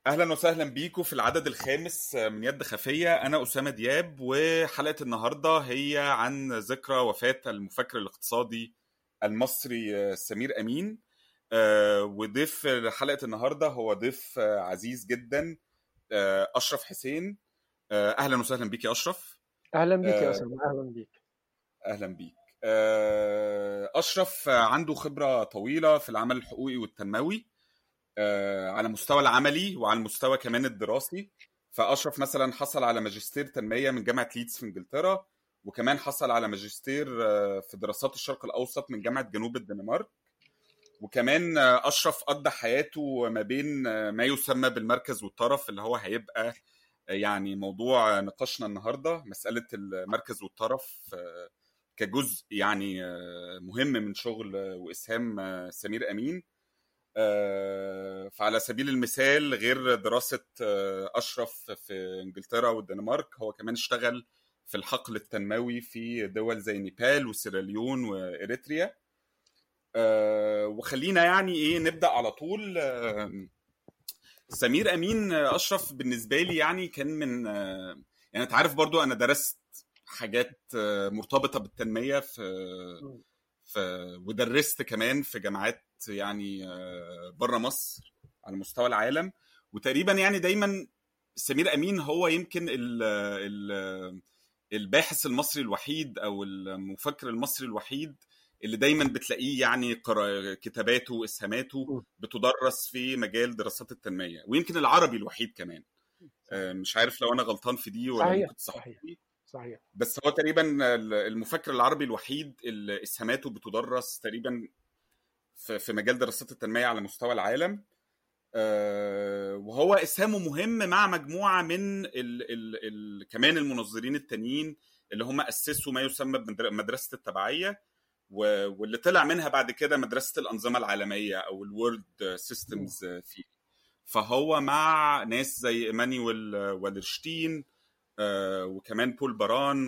اهلا وسهلا بيكم في العدد الخامس من يد خفية. انا اسامة دياب، وحلقة النهاردة هي عن ذكرى وفاة المفكر الاقتصادي المصري سمير امين. وضيف حلقة النهاردة هو ضيف عزيز جدا، اشرف حسين. اهلا وسهلا بيك يا اشرف. اهلا بيك يا آه، اسامه، اهلا بيك. اهلا بيك. اشرف عنده خبرة طويلة في العمل الحقوقي والتنموي، على مستوى العملي وعلى المستوى كمان الدراسي. فأشرف مثلا حصل على ماجستير تنمية من جامعة ليدز في إنجلترا، وكمان حصل على ماجستير في دراسات الشرق الأوسط من جامعة جنوب الدنمارك. وكمان أشرف قضى حياته ما بين ما يسمى بالمركز والطرف، اللي هو هيبقى يعني موضوع نقاشنا النهاردة، مسألة المركز والطرف كجزء يعني مهم من شغل وإسهام سمير أمين. فعلى سبيل المثال، غير دراسة أشرف في إنجلترا والدنمارك، هو كمان اشتغل في الحقل التنموي في دول زي نيبال وسيراليون وإريتريا. وخلينا يعني إيه نبدأ على طول. سمير أمين، أشرف بالنسبة لي يعني كان من يعني أنت عارف برضو أنا درست حاجات مرتبطة بالتنمية ودرست كمان في جامعات يعني بره مصر على مستوى العالم. وتقريبا يعني دايما سمير أمين هو يمكن الباحث المصري الوحيد أو المفكر المصري الوحيد اللي دايما بتلاقيه يعني كتاباته وإسهاماته بتدرس في مجال دراسات التنمية، ويمكن العربي الوحيد كمان. صحيح. مش عارف لو أنا غلطان في دي ولا صحيح ممكن صحيح تصححني. صحيح. بس هو تقريبا المفكر العربي الوحيد اللي اسهاماته بتدرس تقريبا في مجال دراسات التنمية على مستوى العالم. وهو اسهامه مهم مع مجموعة من كمان المنظرين التانيين اللي هم أسسوا ما يسمى بمدرسة التبعية، واللي طلع منها بعد كده مدرسة الأنظمة العالمية أو الورد سيستمز في. فهو مع ناس زي إيمانويل والرشتين وكمان بول بران،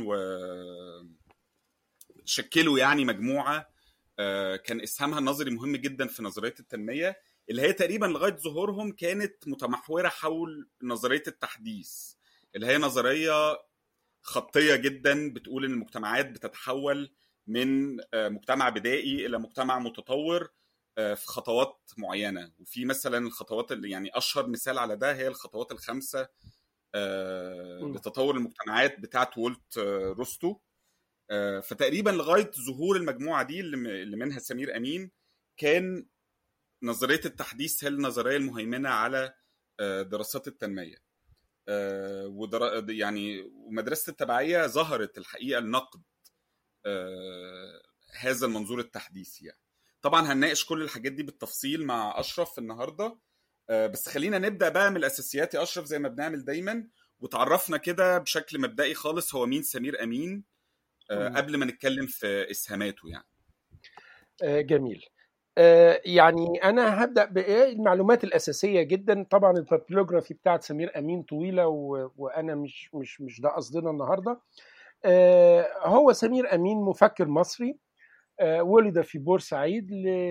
وشكلوا يعني مجموعة كان اسهامها النظري مهم جدا في نظرية التنمية، اللي هي تقريبا لغاية ظهورهم كانت متمحورة حول نظرية التحديث، اللي هي نظرية خطية جدا بتقول ان المجتمعات بتتحول من مجتمع بدائي الى مجتمع متطور في خطوات معينة. وفي مثلا الخطوات اللي يعني اشهر مثال على ده هي الخطوات الخمسة لتطور المجتمعات بتاعت وولت روستو. فتقريبا لغايه ظهور المجموعه دي اللي منها سمير امين، كان نظريه التحديث هي النظريه المهيمنه على دراسات التنميه. يعني ومدرسه التبعيه ظهرت الحقيقه النقد هذا المنظور التحديثي. يعني طبعا هنناقش كل الحاجات دي بالتفصيل مع اشرف النهارده، بس خلينا نبدا بقى من الاساسيات يا اشرف زي ما بنعمل دايما، وتعرفنا كده بشكل مبدئي خالص هو مين سمير امين قبل ما نتكلم في اسهاماته يعني. جميل. يعني انا هبدا بايه المعلومات الاساسيه جدا. طبعا البابلوجرافي بتاعت سمير امين طويله وانا مش ده قصدنا النهارده. هو سمير امين مفكر مصري، ولد في بورسعيد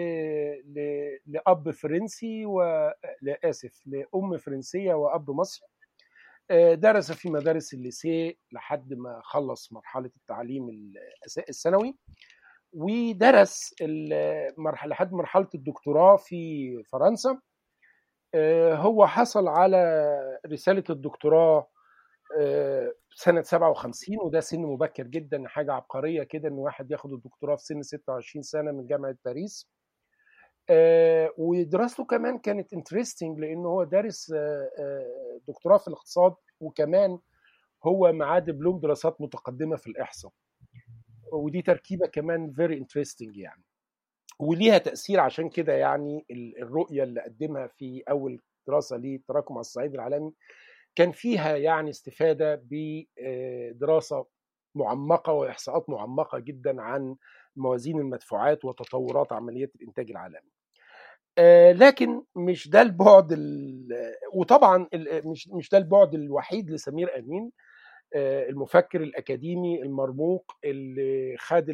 لأب فرنسي لآسف لأم فرنسية وأب مصري. درس في مدارس الليسيه لحد ما خلص مرحلة التعليم الثانوي، ودرس لحد مرحلة الدكتوراه في فرنسا. هو حصل على رسالة الدكتوراه سنة 57، وده سن مبكر جدا، حاجة عبقرية كده إن واحد ياخد الدكتوراه في سن 26 سنة من جامعة باريس. ودراسته كمان كانت انترستنج لأنه هو دارس دكتوراه في الاقتصاد، وكمان هو معاه دبلوم دراسات متقدمة في الإحصاء، ودي تركيبة كمان very interesting يعني، وليها تأثير. عشان كده يعني الرؤية اللي قدمها في أول دراسة للتراكم على الصعيد العالمي كان فيها يعني استفادة بدراسة معمقة وإحصاءات معمقة جدا عن موازين المدفوعات وتطورات عملية الإنتاج العالمي. لكن مش ده البعد وطبعا مش ده البعد الوحيد لسمير أمين، المفكر الأكاديمي المرموق اللي خد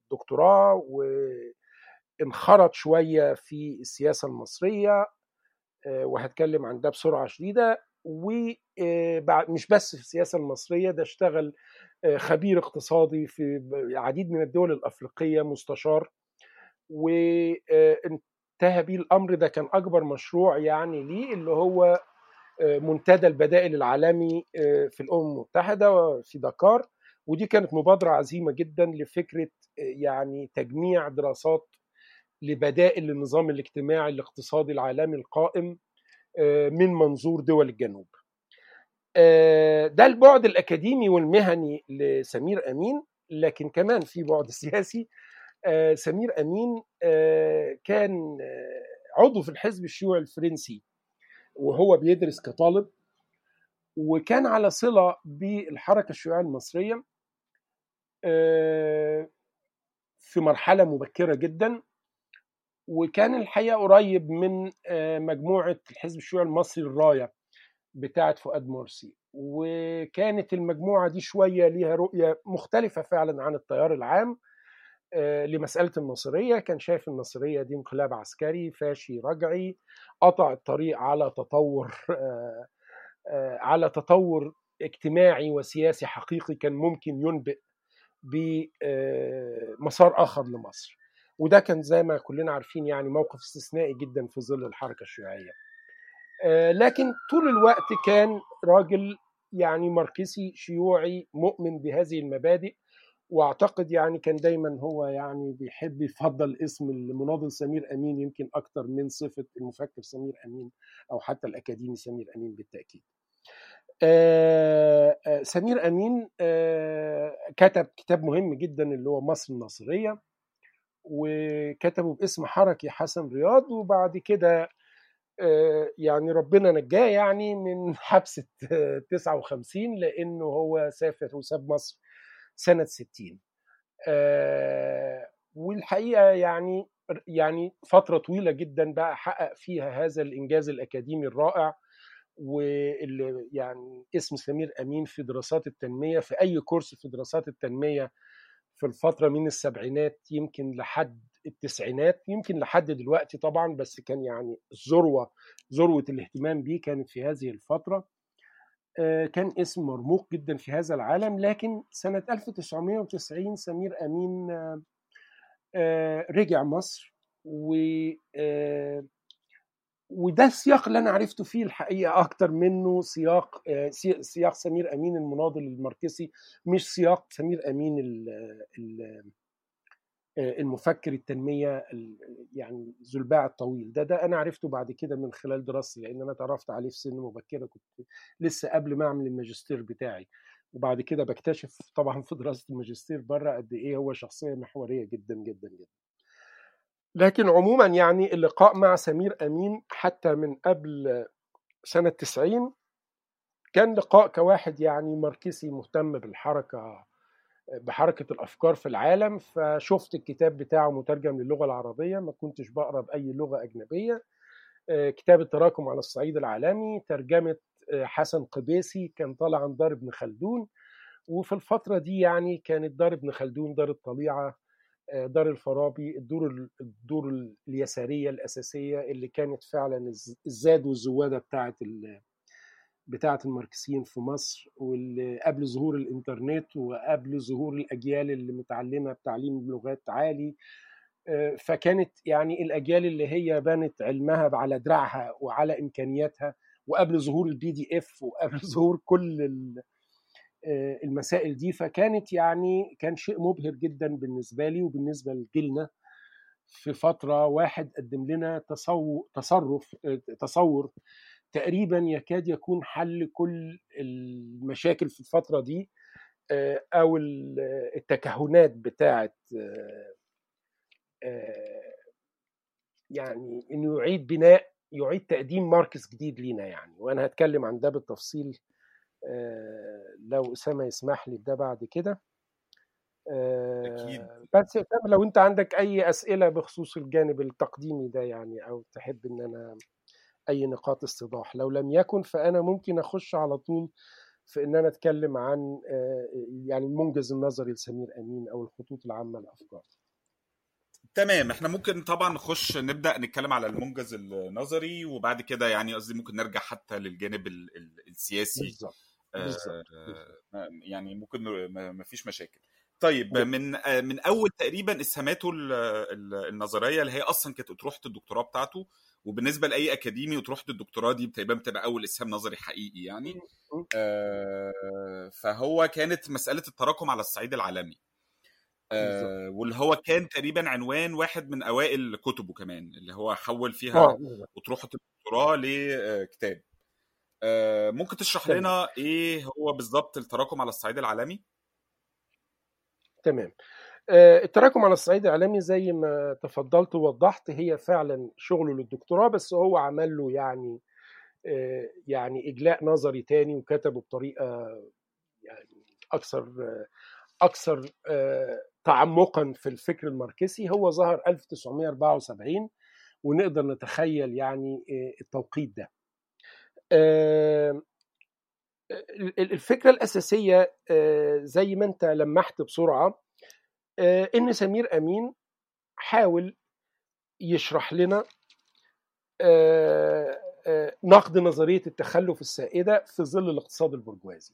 الدكتوراه وانخرط شوية في السياسة المصرية. وهتكلم عن ده بسرعة شديدة. ومش بس في السياسة المصرية، ده اشتغل خبير اقتصادي في العديد من الدول الأفريقية، مستشار، وانتهى بيه الأمر. ده كان أكبر مشروع يعني ليه، اللي هو منتدى البدائل العالمي في الأمم المتحدة في دكار. ودي كانت مبادرة عظيمة جدا لفكرة يعني تجميع دراسات لبدائل للنظام الاجتماعي الاقتصادي العالمي القائم من منظور دول الجنوب. ده البعد الأكاديمي والمهني لسمير أمين. لكن كمان في بعد سياسي. سمير أمين كان عضو في الحزب الشيوعي الفرنسي وهو بيدرس كطالب، وكان على صلة بالحركة الشيوعية المصرية في مرحلة مبكرة جدا. وكان الحقيقة قريب من مجموعة الحزب الشيوعي المصري الراية بتاعة فؤاد مرسي. وكانت المجموعة دي شوية ليها رؤية مختلفة فعلا عن التيار العام لمسألة الناصرية. كان شايف الناصرية دي انقلاب عسكري فاشي رجعي قطع الطريق على تطور اجتماعي وسياسي حقيقي كان ممكن ينبئ بمسار آخر لمصر. وده كان زي ما كلنا عارفين يعني موقف استثنائي جدا في ظل الحركة الشيوعية. لكن طول الوقت كان راجل يعني ماركسي شيوعي مؤمن بهذه المبادئ. واعتقد يعني كان دايما هو يعني بيحب يفضل اسم المناضل سمير أمين يمكن أكتر من صفة المفكر سمير أمين أو حتى الأكاديمي سمير أمين بالتأكيد. سمير أمين كتب كتاب مهم جدا اللي هو مصر الناصرية، وكتبه باسم حركي حسن رياض. وبعد كده يعني ربنا نجاه يعني من حبسة 59 لأنه هو سافر وساب مصر سنة 60. والحقيقة يعني فترة طويلة جدا بقى حقق فيها هذا الإنجاز الأكاديمي الرائع. واللي يعني اسم سمير أمين في دراسات التنمية في أي كورس في دراسات التنمية في الفترة من السبعينات يمكن لحد التسعينات يمكن لحد دلوقتي طبعا، بس كان يعني ذروة الاهتمام به كانت في هذه الفترة. كان اسم مرموق جدا في هذا العالم. لكن سنة 1990 سمير أمين رجع مصر وده السياق اللي أنا عرفته فيه الحقيقة أكتر منه سياق سمير أمين المناضل الماركسي، مش سياق سمير أمين المفكر التنمية يعني ذو الباع الطويل. ده أنا عرفته بعد كده من خلال دراستي، لأن أنا تعرفت عليه في سن مبكرة، كنت لسه قبل ما أعمل الماجستير بتاعي. وبعد كده بكتشف طبعا في دراسة الماجستير بره قد إيه هو شخصية محورية جدا جدا جدا. لكن عموما يعني اللقاء مع سمير أمين حتى من قبل سنة 90 كان لقاء كواحد يعني ماركسي مهتم بحركة الأفكار في العالم. فشفت الكتاب بتاعه مترجم للغة العربية، ما كنتش بقرأ بأي لغة أجنبية. كتاب التراكم على الصعيد العالمي، ترجمة حسن قبيسي، كان طالع عن دار ابن خلدون. وفي الفترة دي يعني كانت دار ابن خلدون، دار الطليعة، دار الفارابي، الدور اليسارية الأساسية اللي كانت فعلا الزاد والزوادة بتاعة الماركسيين في مصر، واللي قبل ظهور الإنترنت وقبل ظهور الأجيال اللي متعلمة بتعليم بلغات عالي. فكانت يعني الأجيال اللي هي بنت علمها على دراعها وعلى إمكانياتها، وقبل ظهور الPDF وقبل ظهور كل المسائل دي. فكانت يعني كان شيء مبهر جدا بالنسبة لي وبالنسبة لجيلنا. في فترة واحد قدم لنا تصور تقريبا يكاد يكون حل كل المشاكل في الفترة دي، أو التكهنات بتاعت يعني إنه يعيد تقديم ماركس جديد لينا يعني. وأنا هتكلم عن ده بالتفصيل لو أسامة يسمح لي ده بعد كده. أكيد. بس لو أنت عندك أي أسئلة بخصوص الجانب التقديمي ده يعني، أو تحب إن أنا أي نقاط استيضاح، لو لم يكن فأنا ممكن أخش على طول في إن أنا أتكلم عن يعني المنجز النظري لسمير أمين أو الخطوط العامة لأفكار. تمام، احنا ممكن طبعا نبدأ نتكلم على المنجز النظري، وبعد كده يعني قصدي ممكن نرجع حتى للجانب السياسي. بالظبط آه، بالظبط بالظبط. يعني ممكن ما فيش مشاكل. طيب، جميل. من اول تقريبا اسهاماته النظريه اللي هي اصلا كانت اطروحه الدكتوراه بتاعته، وبالنسبه لاي اكاديمي اطروحه الدكتوراه دي تقريبا بتبقى اول اسهام نظري حقيقي يعني. فهو كانت مساله التراكم على الصعيد العالمي، بالظبط. واللي هو كان تقريبا عنوان واحد من اوائل كتبه كمان، اللي هو حول فيها بالظبط. اطروحه الدكتوراه لكتاب. ممكن تشرح تمام لنا ايه هو بالظبط التراكم على الصعيد العالمي؟ تمام. التراكم على الصعيد الإعلامي زي ما تفضلت ووضحت هي فعلا شغله للدكتوراه، بس هو عمل له يعني إجلاء نظري تاني وكتبه بطريقة يعني أكثر تعمقا في الفكر الماركسي. هو ظهر 1974 ونقدر نتخيل يعني التوقيت ده. الفكرة الأساسية زي ما أنت لمحت بسرعة، إن سمير أمين حاول يشرح لنا نقد نظرية التخلف السائدة في ظل الاقتصاد البرجوازي.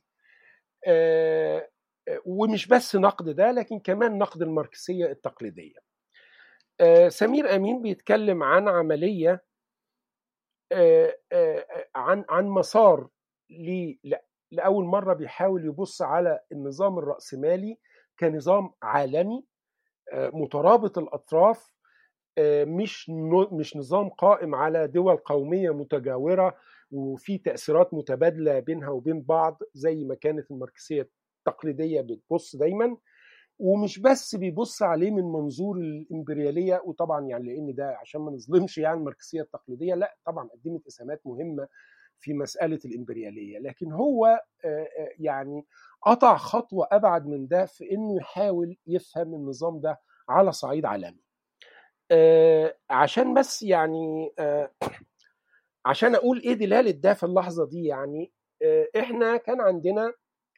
ومش بس نقد ده، لكن كمان نقد الماركسية التقليدية. سمير أمين بيتكلم عن عملية، عن مسار لأول مرة بيحاول يبص على النظام الرأسمالي كنظام عالمي مترابط الأطراف، مش نظام قائم على دول قومية متجاورة وفي تأثيرات متبادلة بينها وبين بعض زي ما كانت الماركسية التقليدية بتبص دايما. ومش بس بيبص عليه من منظور الإمبريالية، وطبعا يعني لأن ده عشان ما نظلمش يعني الماركسية التقليدية، لا طبعا قدمت إسهامات مهمة في مسألة الإمبريالية، لكن هو يعني قطع خطوة أبعد من ده في إنه يحاول يفهم النظام ده على صعيد عالمي. عشان بس يعني عشان أقول إيه دلالة ده في اللحظة دي، يعني إحنا كان عندنا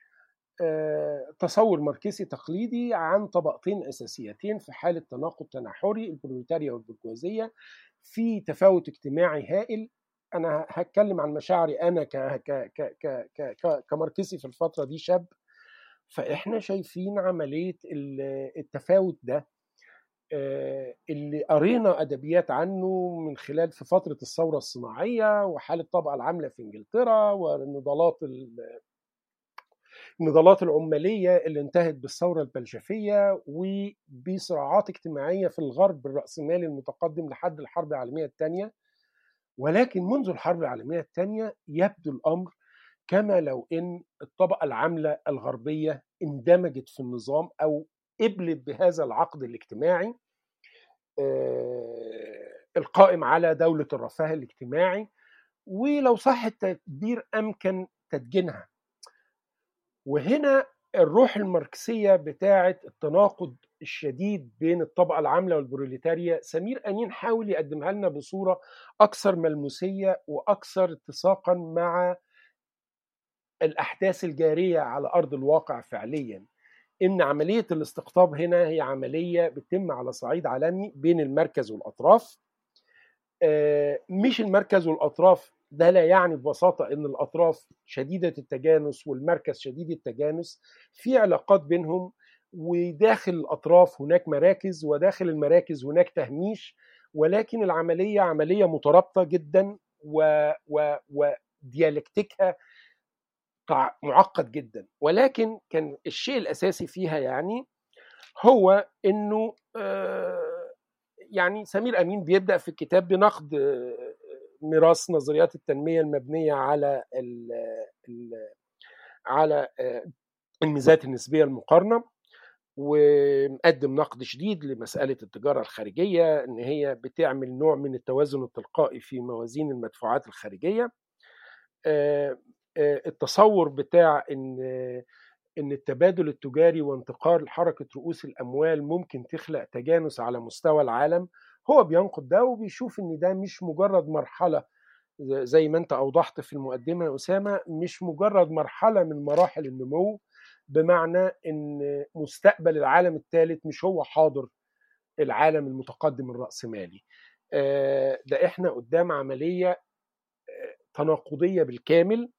تصور ماركسي تقليدي عن طبقتين أساسيتين في حالة تناقض تناحري، البروليتاريا والبرجوازية، في تفاوت اجتماعي هائل. أنا هتكلم عن مشاعري أنا كماركسي في الفترة دي شاب. فإحنا شايفين عملية التفاوت ده اللي قرينا أدبيات عنه من خلال في فترة الثورة الصناعية وحالة الطبقة العاملة في إنجلترا والنضالات النضالات العمالية اللي انتهت بالثورة البلشفية، وبصراعات اجتماعية في الغرب الرأسمالي المتقدم لحد الحرب العالمية الثانية. ولكن منذ الحرب العالمية الثانية يبدو الأمر كما لو إن الطبقة العاملة الغربية اندمجت في النظام أو قبلت بهذا العقد الاجتماعي القائم على دولة الرفاه الاجتماعي، ولو صح التعبير أمكن تدجينها. وهنا الروح الماركسية بتاعة التناقض الشديد بين الطبقة العاملة والبروليتاريا سمير أمين حاول يقدمها لنا بصورة أكثر ملموسية وأكثر اتساقا مع الأحداث الجارية على أرض الواقع فعليا. إن عملية الاستقطاب هنا هي عملية بتتم على صعيد عالمي بين المركز والأطراف. مش المركز والأطراف ده لا يعني ببساطة إن الأطراف شديدة التجانس والمركز شديد التجانس، في علاقات بينهم، وداخل الأطراف هناك مراكز وداخل المراكز هناك تهميش، ولكن العملية عملية مترابطة جدا وديالكتيكها معقد جدا. ولكن كان الشيء الأساسي فيها يعني هو إنه يعني سمير أمين بيبدأ في الكتاب بنقد ميراث نظريات التنمية المبنية على الميزات النسبية المقارنة، ومقدم نقد شديد لمسألة التجارة الخارجية إن هي بتعمل نوع من التوازن التلقائي في موازين المدفوعات الخارجية. التصور بتاع إن التبادل التجاري وانتقال حركة رؤوس الأموال ممكن تخلق تجانس على مستوى العالم، هو بينقد ده وبيشوف إن ده مش مجرد مرحلة زي ما أنت أوضحت في المقدمة يا أسامة، مش مجرد مرحلة من مراحل النمو، بمعنى إن مستقبل العالم الثالث مش هو حاضر العالم المتقدم الرأسمالي. ده احنا قدام عملية تناقضية بالكامل.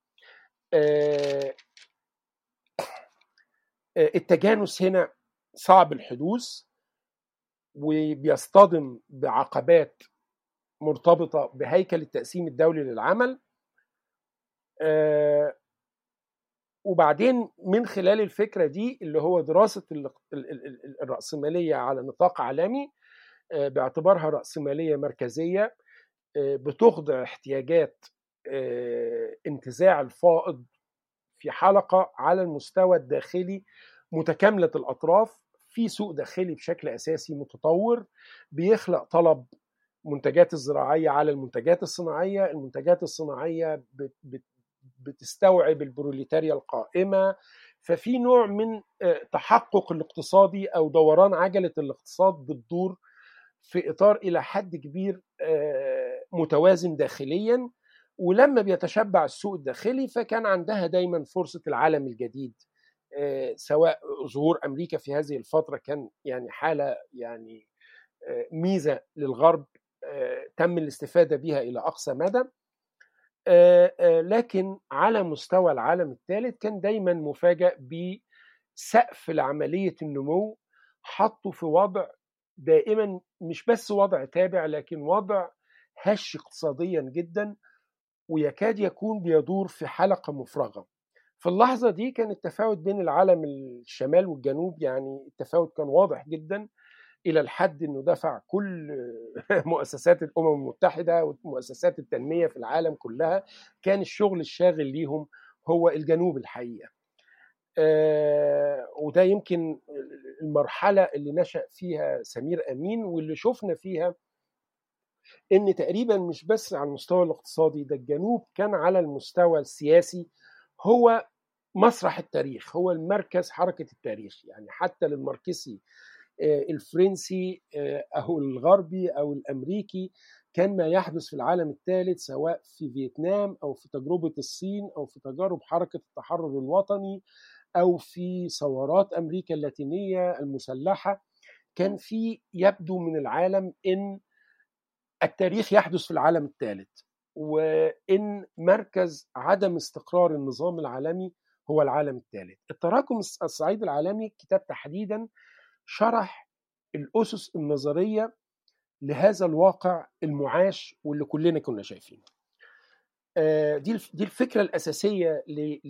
التجانس هنا صعب الحدوث وبيصطدم بعقبات مرتبطة بهيكل التقسيم الدولي للعمل. وبعدين من خلال الفكرة دي اللي هو دراسة الرأسمالية على نطاق عالمي باعتبارها رأسمالية مركزية بتخضع احتياجات انتزاع الفائض في حلقة على المستوى الداخلي متكاملة الأطراف في سوق داخلي بشكل أساسي متطور بيخلق طلب منتجات الزراعية على المنتجات الصناعية. المنتجات الصناعية بتستوعب البروليتاريا القائمة. ففي نوع من تحقق الاقتصادي أو دوران عجلة الاقتصاد بتدور في إطار إلى حد كبير متوازن داخليا. ولما بيتشبع السوق الداخلي فكان عندها دايما فرصة العالم الجديد، سواء ظهور أمريكا في هذه الفترة كان يعني حالة يعني ميزة للغرب تم الاستفادة بها إلى أقصى مدى. لكن على مستوى العالم الثالث كان دايما مفاجأ بسقف لعملية النمو، حطه في وضع دائما مش بس وضع تابع لكن وضع هش اقتصاديا جدا ويكاد يكون بيدور في حلقة مفرغة. في اللحظة دي كان التفاوت بين العالم الشمال والجنوب، يعني التفاوت كان واضح جدا إلى الحد أنه دفع كل مؤسسات الأمم المتحدة ومؤسسات التنمية في العالم كلها كان الشغل الشاغل ليهم هو الجنوب الحقيقة. وده يمكن المرحلة اللي نشأ فيها سمير أمين واللي شفنا فيها ان تقريبا مش بس على المستوى الاقتصادي، ده الجنوب كان على المستوى السياسي هو مسرح التاريخ، هو المركز حركة التاريخ. يعني حتى للماركسي الفرنسي أو الغربي أو الأمريكي كان ما يحدث في العالم الثالث سواء في فيتنام أو في تجربة الصين أو في تجارب حركة التحرر الوطني أو في ثورات أمريكا اللاتينية المسلحة، كان في يبدو من العالم إن التاريخ يحدث في العالم الثالث، وإن مركز عدم استقرار النظام العالمي هو العالم الثالث. التراكم الصعيدي العالمي الكتاب تحديدا شرح الأسس النظرية لهذا الواقع المعاش واللي كلنا كنا شايفينه. دي الفكرة الأساسية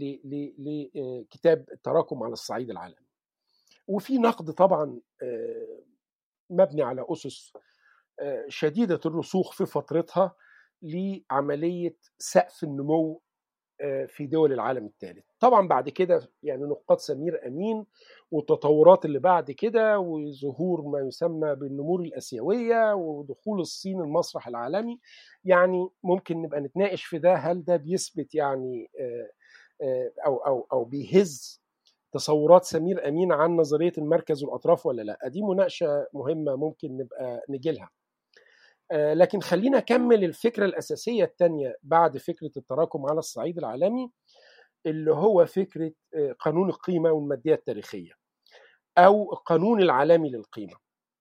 لكتاب التراكم على الصعيد العالمي. وفي نقد طبعا مبني على أسس شديدة الرسوخ في فترتها لعملية سقف النمو في دول العالم الثالث. طبعا بعد كده يعني نقاط سمير أمين والتطورات اللي بعد كده وظهور ما يسمى بالنمور الآسيوية ودخول الصين المسرح العالمي، يعني ممكن نبقى نتناقش في ده، هل ده بيثبت يعني أو بيهز تصورات سمير أمين عن نظرية المركز والأطراف ولا لا. دي مناقشة مهمة ممكن نبقى نجيلها. لكن خلينا أكمل الفكرة الأساسية الثانية بعد فكرة التراكم على الصعيد العالمي اللي هو فكرة قانون القيمة والمادية التاريخية أو القانون العالمي للقيمة.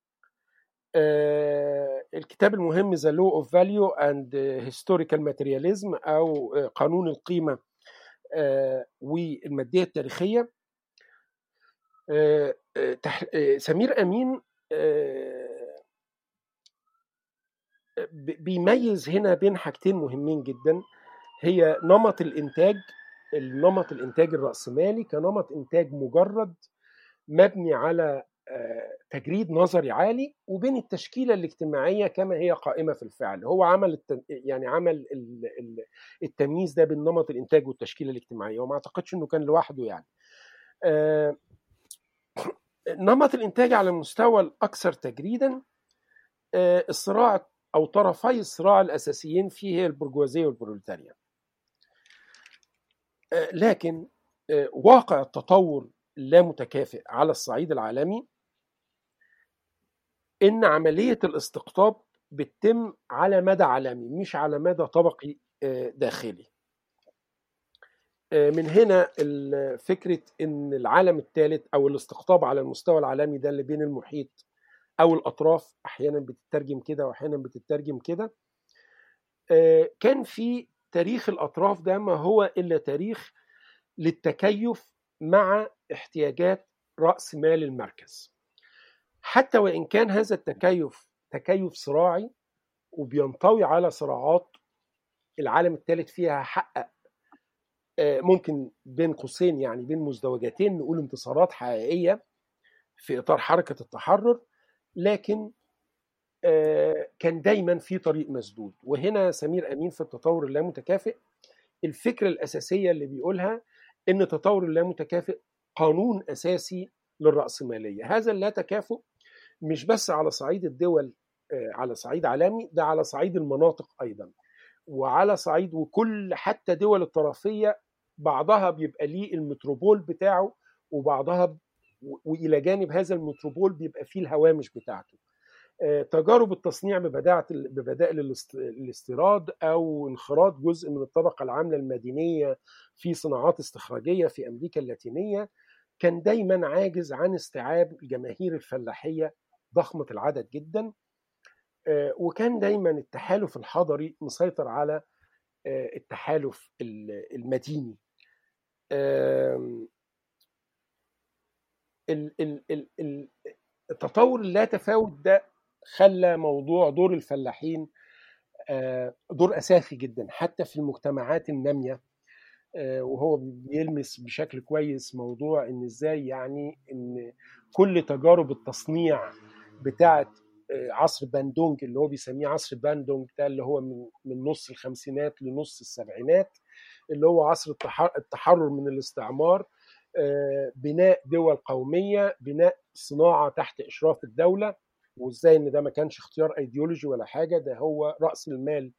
الكتاب المهم The Law of Value and Historical Materialism أو قانون القيمة والمادية التاريخية. سمير أمين بيميز هنا بين حاجتين مهمين جدا، هي نمط الإنتاج الرأسمالي كنمط إنتاج مجرد مبني على تجريد نظري عالي، وبين التشكيلة الاجتماعية كما هي قائمة في الفعل. هو عمل التمييز ده بين نمط الإنتاج والتشكيلة الاجتماعية، وما أعتقدش أنه كان لوحده. يعني نمط الإنتاج على المستوى الأكثر تجريدا الصراع أو طرفي الصراع الأساسيين فيه هي البرجوازية والبروليتاريا. لكن واقع التطور لا متكافئ على الصعيد العالمي إن عملية الاستقطاب بتتم على مدى عالمي مش على مدى طبقي داخلي. من هنا فكرة إن العالم الثالث أو الاستقطاب على المستوى العالمي ده اللي بين المحيط أو الأطراف، أحيانا بتترجم كده وأحيانا بتترجم كده. كان في تاريخ الأطراف ده ما هو إلا تاريخ للتكيف مع احتياجات رأس مال المركز، حتى وإن كان هذا التكيف تكيف صراعي وبينطوي على صراعات العالم الثالث فيها حقق ممكن بين قوسين يعني بين مزدوجتين نقول انتصارات حقيقية في إطار حركة التحرر، لكن كان دايما في طريق مسدود. وهنا سمير أمين في التطور اللامتكافئ الفكرة الأساسية اللي بيقولها إن التطور اللامتكافئ قانون أساسي للرأسمالية. هذا اللا تكافؤ مش بس على صعيد الدول على صعيد عالمي، ده على صعيد المناطق أيضا، وعلى صعيد وكل حتى دول الطرفية بعضها بيبقى ليه المتروبول بتاعه وبعضها وإلى جانب هذا المتروبول بيبقى فيه الهوامش بتاعته. تجارب التصنيع ببدائل الاستيراد أو انخراط جزء من الطبقة العاملة المدينية في صناعات استخراجية في أمريكا اللاتينية كان دايما عاجز عن استيعاب الجماهير الفلاحية ضخمة العدد جدا، وكان دايما التحالف الحضري مسيطر على التحالف المديني. التطور اللا تفاوت ده خلى موضوع دور الفلاحين دور أساسي جدا حتى في المجتمعات النامية، وهو بيلمس بشكل كويس موضوع إن إزاي يعني إن كل تجارب التصنيع بتاعة عصر باندونج اللي هو بيسميه عصر باندونج ده اللي هو من نص الخمسينات لنص السبعينات اللي هو عصر التحرر من الاستعمار، بناء دول قومية، بناء صناعة تحت إشراف الدولة، وإزاي إن ده ما كانش اختيار أيديولوجي ولا حاجة، ده هو رأس المال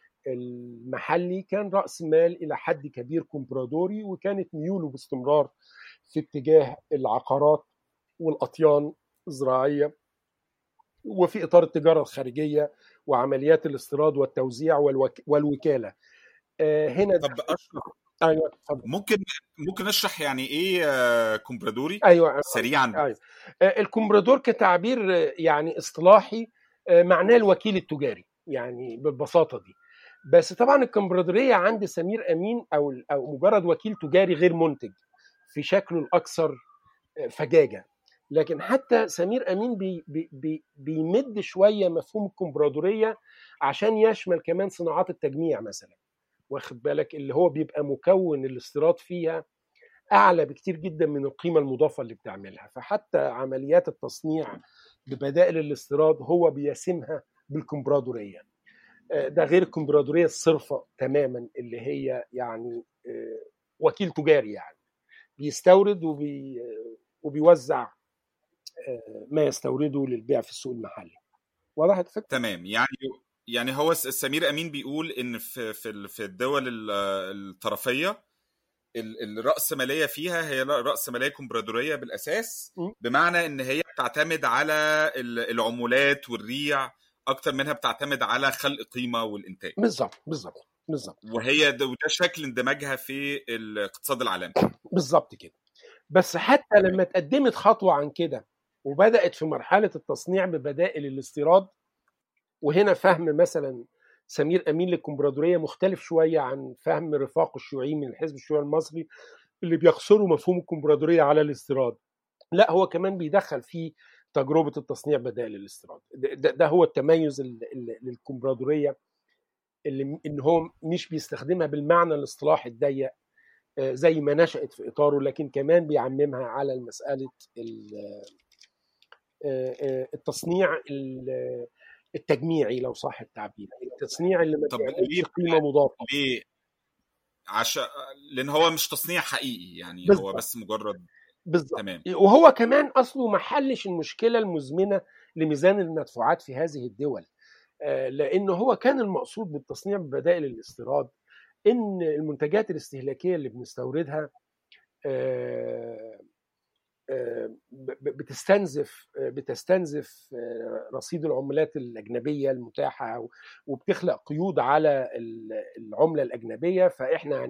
المحلي كان رأس مال إلى حد كبير كومبرادوري، وكانت ميوله باستمرار في اتجاه العقارات والأطيان الزراعية وفي إطار التجارة الخارجية وعمليات الاستيراد والتوزيع والوكالة. هنا طب أشرح أيوة. ممكن اشرح يعني ايه كومبرادوري أيوة. سريعا؟ أيوة. الكومبرادور كتعبير يعني اصطلاحي معناه الوكيل التجاري يعني بالبساطة دي، بس طبعا الكمبرادورية عند سمير أمين أو مجرد وكيل تجاري غير منتج في شكله الأكثر فجاجة، لكن حتى سمير أمين بيمد شوية مفهوم الكمبرادورية عشان يشمل كمان صناعات التجميع مثلا، واخد بالك، اللي هو بيبقى مكون الاستيراد فيها أعلى بكتير جدا من القيمة المضافة اللي بتعملها، فحتى عمليات التصنيع ببدائل الاستيراد هو بيسمها بالكمبرادورية. ده غير الكمبرادورية الصرفة تماما اللي هي يعني وكيل تجاري يعني بيستورد وبيوزع ما يستورده للبيع في السوق المحلي. واضح الفكرة؟ تمام. يعني هو سمير أمين بيقول إن في الدول الطرفية الرأسمالية فيها هي رأسمالية كومبرادورية بالأساس، بمعنى إن هي بتعتمد على العمولات والريع أكتر منها بتعتمد على خلق قيمة والإنتاج. بالظبط. وده شكل اندماجها في الاقتصاد العالمي. بالظبط كده. بس حتى لما تقدمت خطوة عن كده وبدأت في مرحلة التصنيع ببدائل الاستيراد، وهنا فهم مثلا سمير أمين للكمبرادورية مختلف شوية عن فهم رفاق الشيوعيين من الحزب الشيوعي المصري اللي بيقصروا مفهوم الكمبرادورية على الاستيراد. لا، هو كمان بيدخل فيه تجربة التصنيع بدائل الاستيراد. ده هو التميز للكمبرادورية، اللي إن هو مش بيستخدمها بالمعنى الاصطلاحي الضيق زي ما نشأت في إطاره، لكن كمان بيعممها على المسألة التصنيع التجميعي لو صح التعبير، التصنيع اللي ما بيعملش قيمة مضافة. ليه؟ لأن هو مش تصنيع حقيقي يعني بالضبط. هو بس مجرد بالظبط. تمام. وهو كمان أصله ما حلش المشكلة المزمنة لميزان المدفوعات في هذه الدول، لأنه هو كان المقصود بالتصنيع ببدائل الاستيراد إن المنتجات الاستهلاكية اللي بنستوردها بتستنزف رصيد العملات الأجنبية المتاحة وبتخلق قيود على العملة الأجنبية، فإحنا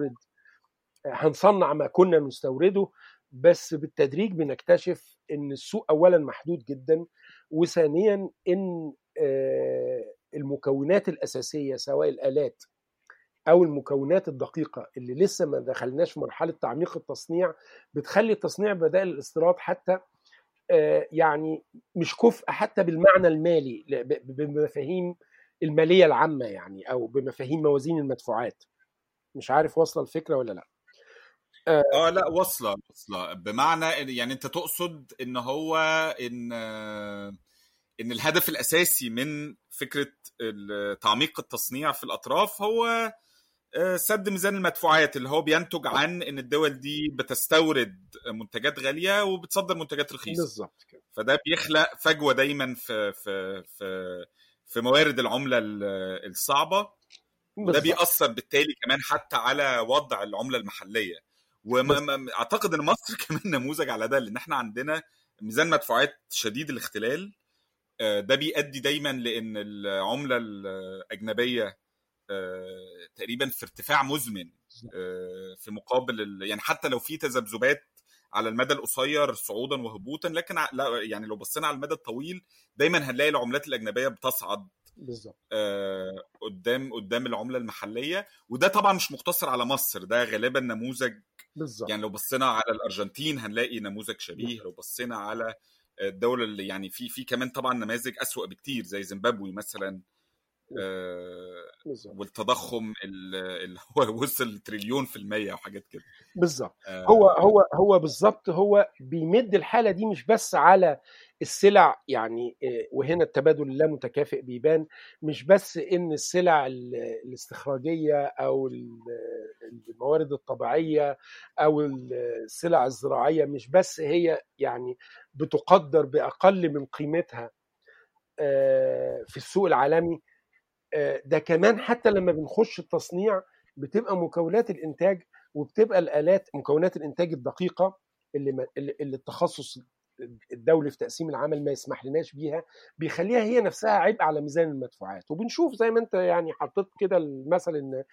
هنصنع ما كنا نستورده، بس بالتدريج بنكتشف إن السوق أولا محدود جدا، وثانيا ان المكونات الاساسيه سواء الالات او المكونات الدقيقه اللي لسه ما دخلناش في مرحله تعميق التصنيع بتخلي التصنيع بدائل الاستيراد حتى يعني مش كفء حتى بالمعنى المالي بمفاهيم الماليه العامه يعني، او بمفاهيم موازين المدفوعات. مش عارف واصله الفكره ولا لا؟ لا، واصله بمعنى يعني انت تقصد ان هو ان الهدف الاساسي من فكره تعميق التصنيع في الاطراف هو سد ميزان المدفوعات، اللي هو بينتج عن ان الدول دي بتستورد منتجات غاليه وبتصدر منتجات رخيصه. بالظبط كده. فده بيخلق فجوه دايما في موارد العمله الصعبه، وده بيأثر بالتالي كمان حتى على وضع العمله المحليه. واعتقد ان مصر كمان نموذج على ده، لان احنا عندنا ميزان مدفوعات شديد الاختلال. ده بيؤدي دايما لان العمله الاجنبيه تقريبا في ارتفاع مزمن في مقابل يعني حتى لو في تذبذبات على المدى القصير صعودا وهبوطا، لكن يعني لو بصينا على المدى الطويل دايما هنلاقي العملات الاجنبيه بتصعد بالظبط قدام العمله المحليه. وده طبعا مش مقتصر على مصر، ده غالبا نموذج بالظبط. يعني لو بصينا على الارجنتين هنلاقي نموذج شبيه، لو بصينا على الدوله اللي يعني في كمان طبعا نماذج اسوأ بكتير زي زيمبابوي مثلا، والتضخم اللي هو وصل تريليون في المية وحاجات كده. بالظبط. هو بالظبط هو بيمد الحالة دي مش بس على السلع يعني، وهنا التبادل اللا متكافئ بيبان، مش بس ان السلع الاستخراجية او الموارد الطبيعية او السلع الزراعية مش بس هي يعني بتقدر بأقل من قيمتها في السوق العالمي، ده كمان حتى لما بنخش التصنيع بتبقى مكونات الانتاج وبتبقى الالات مكونات الانتاج الدقيقه اللي التخصص الدولي في تقسيم العمل ما يسمح لناش بيها، بيخليها هي نفسها عبء على ميزان المدفوعات. وبنشوف زي ما انت يعني حطيت كده المثل ان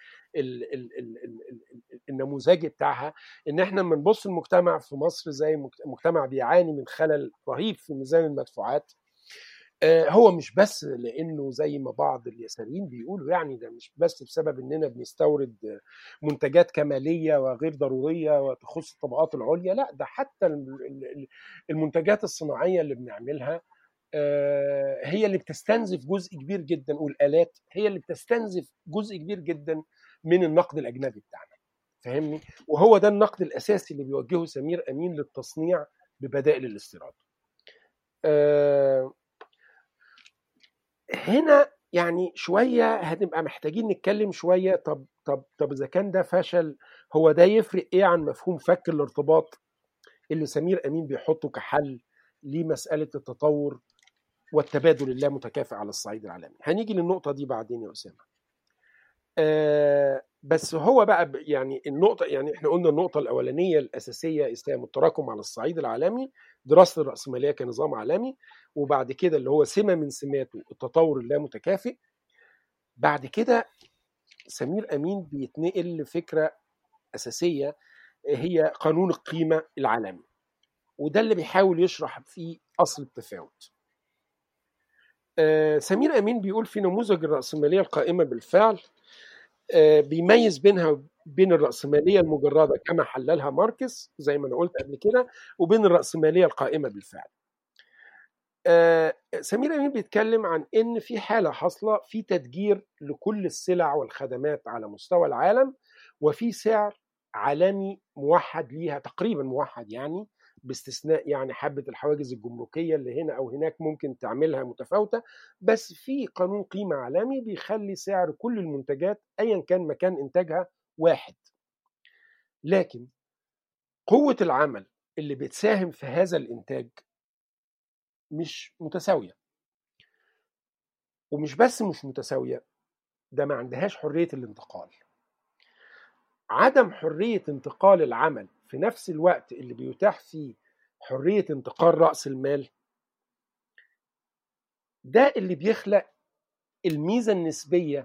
النموذجي بتاعها، ان احنا لما نبص المجتمع في مصر زي مجتمع بيعاني من خلل رهيب في ميزان المدفوعات. هو مش بس لانه زي ما بعض اليساريين بيقولوا يعني ده مش بس بسبب اننا بنستورد منتجات كماليه وغير ضروريه وتخص الطبقات العليا، لا ده حتى المنتجات الصناعيه اللي بنعملها هي اللي بتستنزف جزء كبير جدا، والالات هي اللي بتستنزف جزء كبير جدا من النقد الاجنبي بتاعنا، فاهمني؟ وهو ده النقد الاساسي اللي بيوجهه سمير امين للتصنيع ببدائل الاستيراد. هنا يعني شويه هنبقى محتاجين نتكلم شويه. طب اذا كان ده فشل، هو ده يفرق ايه عن مفهوم فك الارتباط اللي سمير امين بيحطه كحل لمساله التطور والتبادل اللامتكافئ على الصعيد العالمي؟ هنيجي للنقطه دي بعدين يا اسامه. بس هو بقى يعني النقطه، يعني احنا قلنا النقطه الاولانيه الاساسيه اسلام التراكم على الصعيد العالمي، دراسه الراسماليه كنظام عالمي، وبعد كده اللي هو سمه من سماته التطور اللامتكافئ. بعد كده سمير امين بيتنقل لفكره اساسيه هي قانون القيمه العالمي، وده اللي بيحاول يشرح فيه اصل التفاوت. سمير امين بيقول في نموذج الراسماليه القائمه بالفعل بيميز بينها بين الرأسمالية المجردة كما حللها ماركس زي ما أنا قلت قبل كده، وبين الرأسمالية القائمة بالفعل. سمير أمين بيتكلم عن إن في حالة حاصلة في تدجير لكل السلع والخدمات على مستوى العالم، وفي سعر عالمي موحد ليها، تقريبا موحد يعني، باستثناء يعني حبة الحواجز الجمركية اللي هنا أو هناك ممكن تعملها متفاوتة، بس في قانون قيمة عالمي بيخلي سعر كل المنتجات أيا كان مكان إنتاجها واحد. لكن قوة العمل اللي بتساهم في هذا الإنتاج مش متساوية، ومش بس مش متساوية، ده ما عندهاش حرية الانتقال. عدم حرية انتقال العمل في نفس الوقت اللي بيتاح فيه حرية انتقال رأس المال، ده اللي بيخلق الميزة النسبية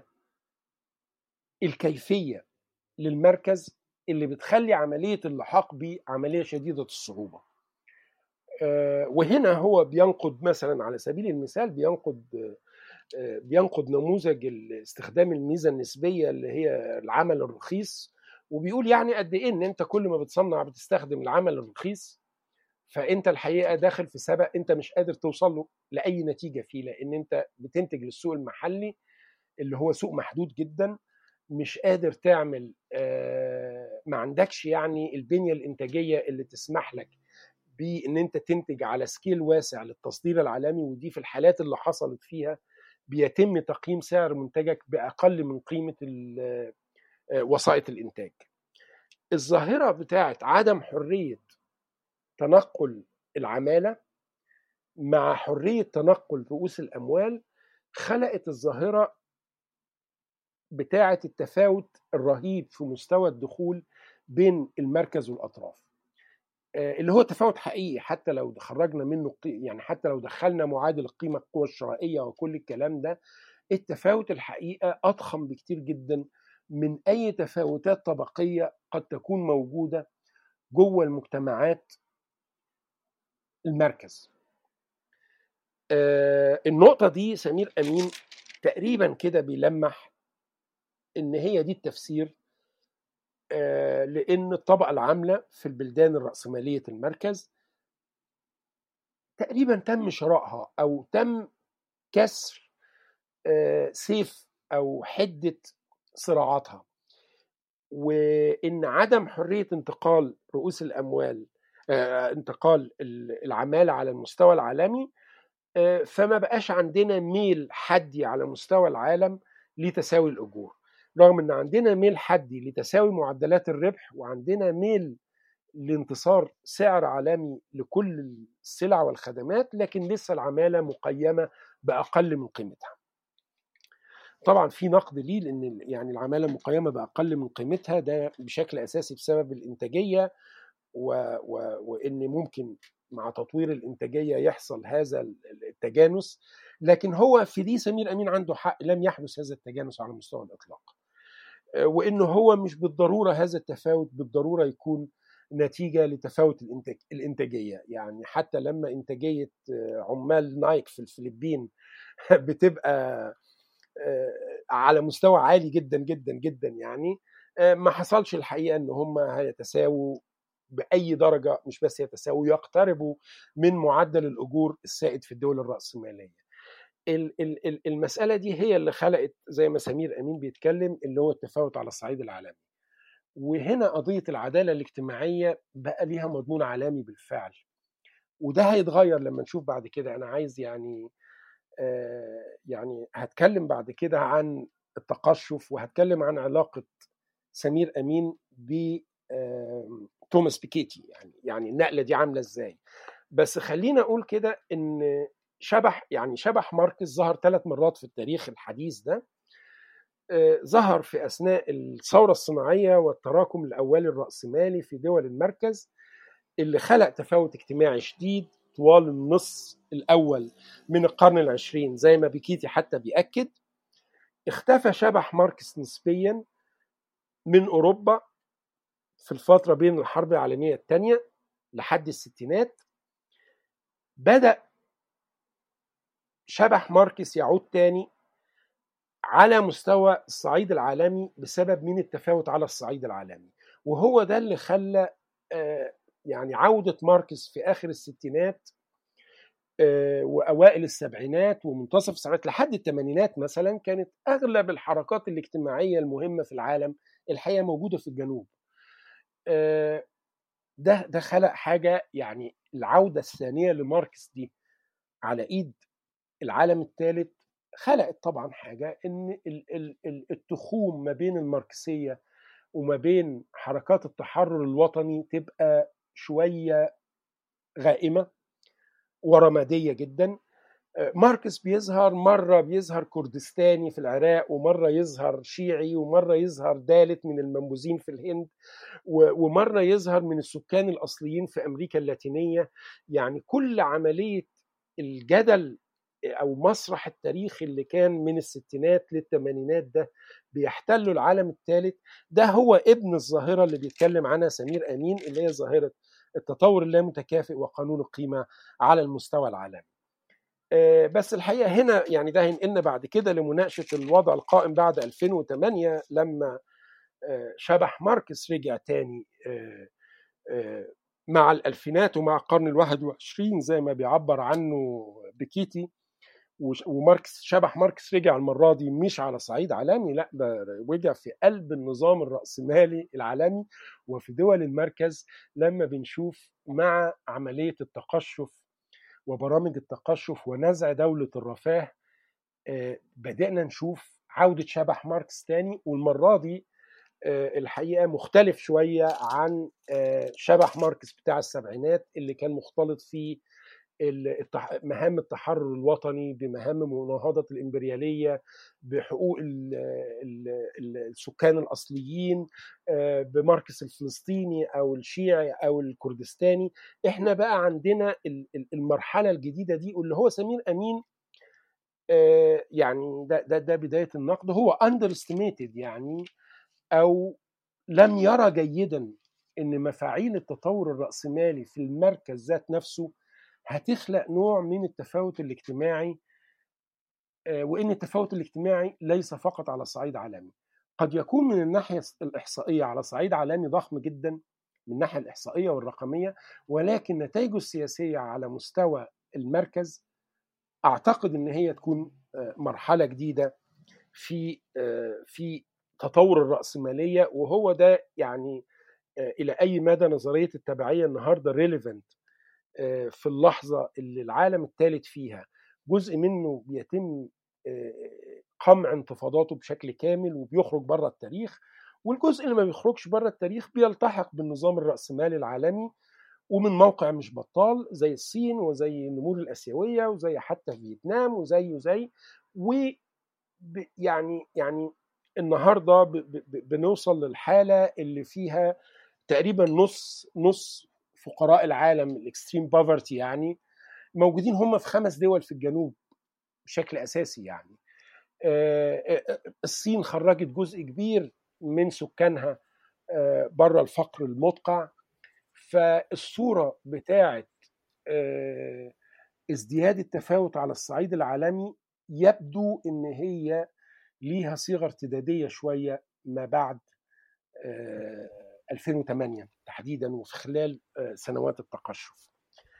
الكيفية للمركز اللي بتخلي عملية اللحاق بيه عملية شديدة الصعوبة. وهنا هو بينقد مثلا على سبيل المثال بينقد نموذج استخدام الميزة النسبية اللي هي العمل الرخيص، وبيقول يعني قد ايه ان انت كل ما بتصنع بتستخدم العمل الرخيص، فانت الحقيقة داخل في سبق انت مش قادر توصل له لأي نتيجة فيه، لان انت بتنتج للسوق المحلي اللي هو سوق محدود جدا، مش قادر تعمل ما عندكش يعني البنية الإنتاجية اللي تسمح لك بان انت تنتج على سكيل واسع للتصدير العالمي. ودي في الحالات اللي حصلت فيها بيتم تقييم سعر منتجك بأقل من قيمة وسائط الإنتاج. الظاهرة بتاعت عدم حرية تنقل العمالة مع حرية تنقل رؤوس الأموال خلقت الظاهرة بتاعت التفاوت الرهيب في مستوى الدخول بين المركز والأطراف، اللي هو تفاوت حقيقي. حتى لو خرجنا منه يعني حتى لو دخلنا معادل القيمة القوة الشرائية وكل الكلام ده، التفاوت الحقيقة أضخم بكتير جدا من أي تفاوتات طبقية قد تكون موجودة جوه المجتمعات المركز. النقطة دي سمير أمين تقريبا كده بيلمح إن هي دي التفسير لأن الطبقة العاملة في البلدان الرأسمالية المركز تقريبا تم شرائها أو تم كسر سيف أو حدة صراعاتها، وإن عدم حرية انتقال رؤوس الأموال انتقال العمالة على المستوى العالمي، فما بقاش عندنا ميل حدي على مستوى العالم لتساوي الأجور، رغم أن عندنا ميل حدي لتساوي معدلات الربح، وعندنا ميل لانتصار سعر عالمي لكل السلع والخدمات، لكن لسه العمالة مقيمة بأقل من قيمتها. طبعا في نقد ليه، لأن يعني العمالة مقيمة بأقل من قيمتها ده بشكل أساسي بسبب الإنتاجية، وإن ممكن مع تطوير الإنتاجية يحصل هذا التجانس، لكن هو في دي سمير أمين عنده حق، لم يحدث هذا التجانس على مستوى الإطلاق، وإنه هو مش بالضرورة هذا التفاوت بالضرورة يكون نتيجة لتفاوت الإنتاجية. يعني حتى لما إنتاجية عمال نايك في الفلبين بتبقى على مستوى عالي جدا جدا جدا، يعني ما حصلش الحقيقة ان هم هيتساووا بأي درجة، مش بس يتساووا، يقتربوا من معدل الأجور السائد في الدول الرأسمالية. المسألة دي هي اللي خلقت زي ما سمير أمين بيتكلم اللي هو التفاوت على الصعيد العالمي. وهنا قضية العدالة الاجتماعية بقى ليها مضمون عالمي بالفعل، وده هيتغير لما نشوف بعد كده. أنا عايز يعني هتكلم بعد كده عن التقشف، وهتكلم عن علاقة سمير أمين بتوماس بيكيتي، يعني النقلة دي عاملة إزاي. بس خلينا أقول كده إن شبح ماركس ظهر 3 مرات في التاريخ الحديث ده. ظهر في أثناء الثورة الصناعية والتراكم الأولي الرأسمالي في دول المركز اللي خلق تفاوت اجتماعي شديد طوال النص الأول من القرن العشرين، زي ما بيكيتي حتى بيأكد. اختفى شبح ماركس نسبيا من أوروبا في الفترة بين الحرب العالمية الثانية لحد الستينات. بدأ شبح ماركس يعود تاني على مستوى الصعيد العالمي بسبب من التفاوت على الصعيد العالمي، وهو ده اللي خلى يعني عودة ماركس في آخر الستينات وأوائل السبعينات ومنتصف السبعينات لحد الثمانينات مثلا. كانت أغلب الحركات الاجتماعية المهمة في العالم الحقيقة موجودة في الجنوب. ده خلق حاجة، يعني العودة الثانية لماركس دي على إيد العالم الثالث خلقت طبعا حاجة إن التخوم ما بين الماركسية وما بين حركات التحرر الوطني تبقى شوية غائمة ورمادية جدا. ماركس مرة بيظهر كردستاني في العراق، ومرة يظهر شيعي، ومرة يظهر دالت من المنبوذين في الهند، ومرة يظهر من السكان الأصليين في أمريكا اللاتينية. يعني كل عملية الجدل أو مسرح التاريخ اللي كان من الستينات للثمانينات ده بيحتلوا العالم الثالث، ده هو ابن الظاهرة اللي بيتكلم عنها سمير أمين، اللي هي ظاهرة التطور اللامتكافئ وقانون القيمة على المستوى العالمي. بس الحقيقة هنا يعني ده هينقلنا بعد كده لمناقشة الوضع القائم بعد 2008 لما شبح ماركس رجع تاني مع الألفينات ومع القرن ال21 زي ما بيعبر عنه بكيتي. وماركس شبح ماركس رجع المرة دي مش على صعيد عالمي، لا ده رجع في قلب النظام الرأسمالي العالمي وفي دول المركز، لما بنشوف مع عملية التقشف وبرامج التقشف ونزع دولة الرفاه بدأنا نشوف عودة شبح ماركس تاني، والمرة دي الحقيقة مختلف شوية عن شبح ماركس بتاع السبعينات اللي كان مختلط فيه مهام التحرر الوطني بمهام مناهضة الإمبريالية بحقوق السكان الأصليين بماركس الفلسطيني أو الشيعي أو الكردستاني. إحنا بقى عندنا المرحلة الجديدة دي اللي هو سمير أمين يعني ده بداية النقد، هو underestimated يعني أو لم يرى جيدا أن مفاعيل التطور الرأسمالي في المركز ذات نفسه هتخلق نوع من التفاوت الاجتماعي، وإن التفاوت الاجتماعي ليس فقط على صعيد عالمي، قد يكون من الناحية الإحصائية على صعيد عالمي ضخم جدا من الناحية الإحصائية والرقمية، ولكن نتائجه السياسية على مستوى المركز أعتقد أن هي تكون مرحلة جديدة في تطور الرأسمالية. وهو ده يعني إلى أي مدى نظرية التبعية النهاردة ريليفنت في اللحظة اللي العالم الثالث فيها، جزء منه بيتم قمع انتفاضاته بشكل كامل وبيخرج بره التاريخ، والجزء اللي ما بيخرجش بره التاريخ بيلتحق بالنظام الرأسمالي العالمي ومن موقع مش بطال زي الصين وزي النمور الآسيوية وزي حتى فيتنام وزي يعني النهارده بنوصل للحالة اللي فيها تقريبا نص فقراء العالم الاكستريم بافرتي يعني موجودين هم في 5 دول في الجنوب بشكل اساسي. يعني الصين خرجت جزء كبير من سكانها بره الفقر المدقع، فالصوره بتاعه ازدياد التفاوت على الصعيد العالمي يبدو ان هي ليها صيغه ارتداديه شويه ما بعد 2008 تحديدا وفي خلال سنوات التقشف.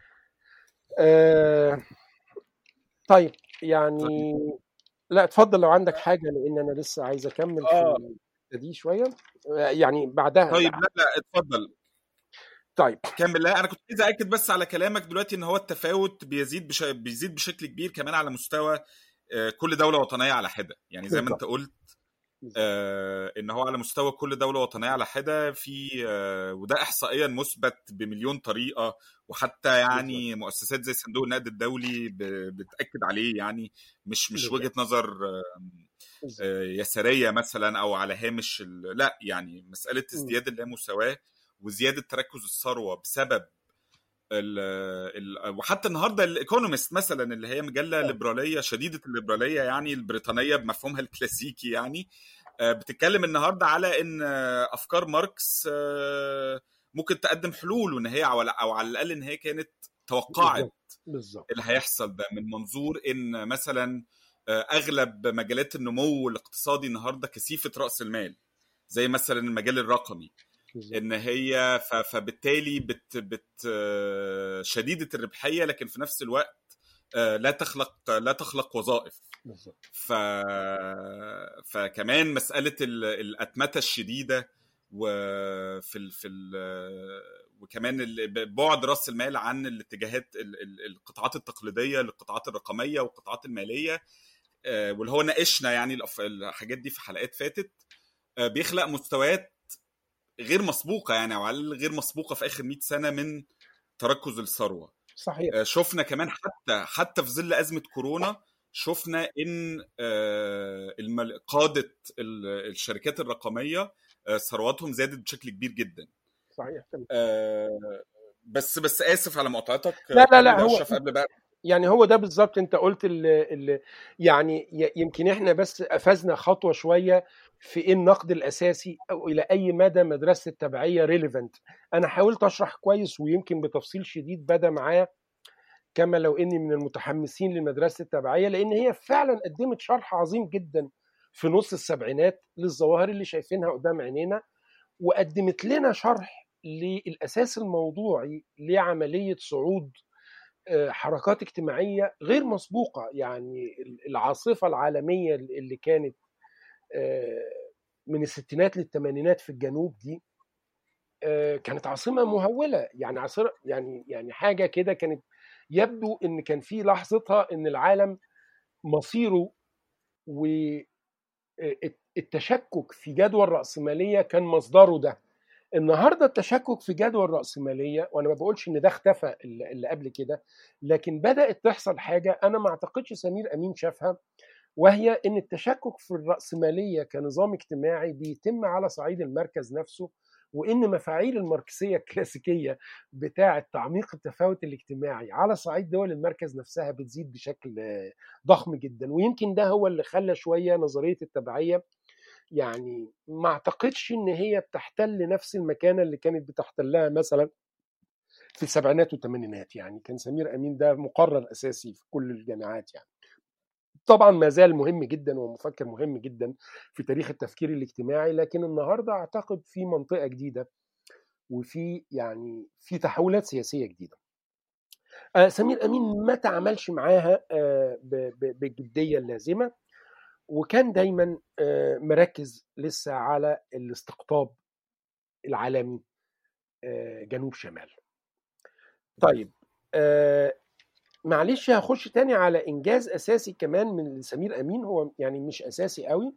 طيب يعني لا اتفضل لو عندك حاجة، لأن أنا لسه عايز أكمل في دي شوية يعني بعدها. طيب لا اتفضل. طيب كمل. لا انا كنت عايز اكد بس على كلامك دلوقتي ان هو التفاوت بيزيد بشكل كبير كمان على مستوى كل دولة وطنية على حدة، يعني زي ما انت قلت ان هو على مستوى كل دولة وطنية على حدة في وده احصائيا مثبت بمليون طريقة، وحتى يعني مؤسسات زي صندوق النقد الدولي بتأكد عليه، يعني مش وجهة نظر يسارية مثلا او على هامش لا، يعني مسألة ازدياد اللامساواة وزيادة تركز الثروة بسبب وحتى النهارده الايكونومست مثلا اللي هي مجله ليبراليه شديده الليبراليه يعني البريطانيه بمفهومها الكلاسيكي، يعني بتتكلم النهارده على ان افكار ماركس ممكن تقدم حلول، وان هي او على الاقل ان هي كانت توقعت بالظبط اللي هيحصل ده من منظور ان مثلا اغلب مجالات النمو الاقتصادي النهارده كثيفه راس المال زي مثلا المجال الرقمي ان هي فبالتالي شديدة الربحية، لكن في نفس الوقت لا تخلق وظائف. فكمان مسألة الأتمتة الشديدة وكمان بعد رأس المال عن الاتجاهات القطاعات التقليدية للقطاعات الرقمية والقطاعات المالية، واللي هو ناقشنا يعني الحاجات دي في حلقات فاتت، بيخلق مستويات غير مسبوقة يعني، او على غير مسبوقة في اخر 100 سنة من تركز الثروة. صحيح. شفنا كمان حتى في ظل أزمة كورونا شفنا ان قادة الشركات الرقمية ثرواتهم زادت بشكل كبير جدا. صحيح. بس آسف على مقاطعتك. لا هو قبل بقى يعني هو ده بالظبط انت قلت يعني يمكن احنا بس قفزنا خطوة شوية في إيه النقد الأساسي، أو إلى أي مدى مدرسة التبعية ريليفنت. أنا حاولت أشرح كويس ويمكن بتفصيل شديد بدا معايا، كما لو إني من المتحمسين لمدرسة التبعية، لأن هي فعلا قدمت شرح عظيم جدا في نص السبعينات للظواهر اللي شايفينها قدام عينينا، وقدمت لنا شرح للأساس الموضوعي لعملية صعود حركات اجتماعية غير مسبوقة. يعني العاصفة العالمية اللي كانت من الستينات للثمانينات في الجنوب دي كانت عاصمة مهولة، يعني يعني حاجة كده كانت يبدو ان كان في لحظتها ان العالم مصيره والتشكك في جدوى الرأسمالية كان مصدره ده. النهارده التشكك في جدوى الرأسمالية، وانا ما بقولش ان ده اختفى اللي قبل كده، لكن بدأت تحصل حاجة انا ما اعتقدش سمير امين شافها، وهي ان التشكك في الرأسمالية كنظام اجتماعي بيتم على صعيد المركز نفسه، وان مفاعيل الماركسية الكلاسيكية بتاعة تعميق التفاوت الاجتماعي على صعيد دول المركز نفسها بتزيد بشكل ضخم جدا. ويمكن ده هو اللي خلى شوية نظرية التبعية يعني ما اعتقدش ان هي بتحتل نفس المكانة اللي كانت بتحتلها مثلا في السبعينات والثمانينات. يعني كان سمير امين ده مقرر اساسي في كل الجامعات، يعني طبعا ما زال مهم جدا ومفكر مهم جدا في تاريخ التفكير الاجتماعي، لكن النهارده اعتقد في منطقه جديده وفي يعني في تحولات سياسيه جديده. سمير امين ما تعاملش معاها بالجديه اللازمه، وكان دايما مركز لسه على الاستقطاب العالمي جنوب شمال. طيب معلش هخش تاني على انجاز اساسي كمان من سمير امين، هو يعني مش اساسي قوي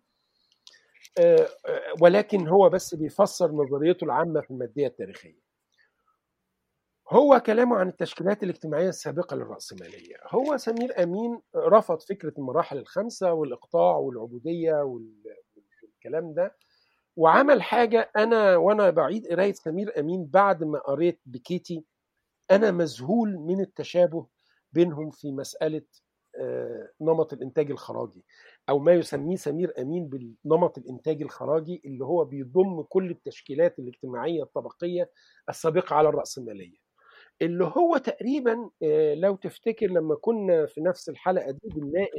ولكن هو بس بيفسر نظريته العامة في المادية التاريخية. هو كلامه عن التشكيلات الاجتماعية السابقة للرأسمالية. هو سمير أمين رفض فكرة المراحل الخمسة والإقطاع والعبودية والكلام ده، وعمل حاجة وأنا بعيد قراية سمير أمين بعد ما قريت بكيتي أنا مذهول من التشابه بينهم في مسألة نمط الإنتاج الخراجي، أو ما يسميه سمير أمين بالنمط الإنتاج الخراجي، اللي هو بيضم كل التشكيلات الاجتماعية الطبقية السابقة على الرأسمالية، اللي هو تقريبا لو تفتكر لما كنا في نفس الحلقة دي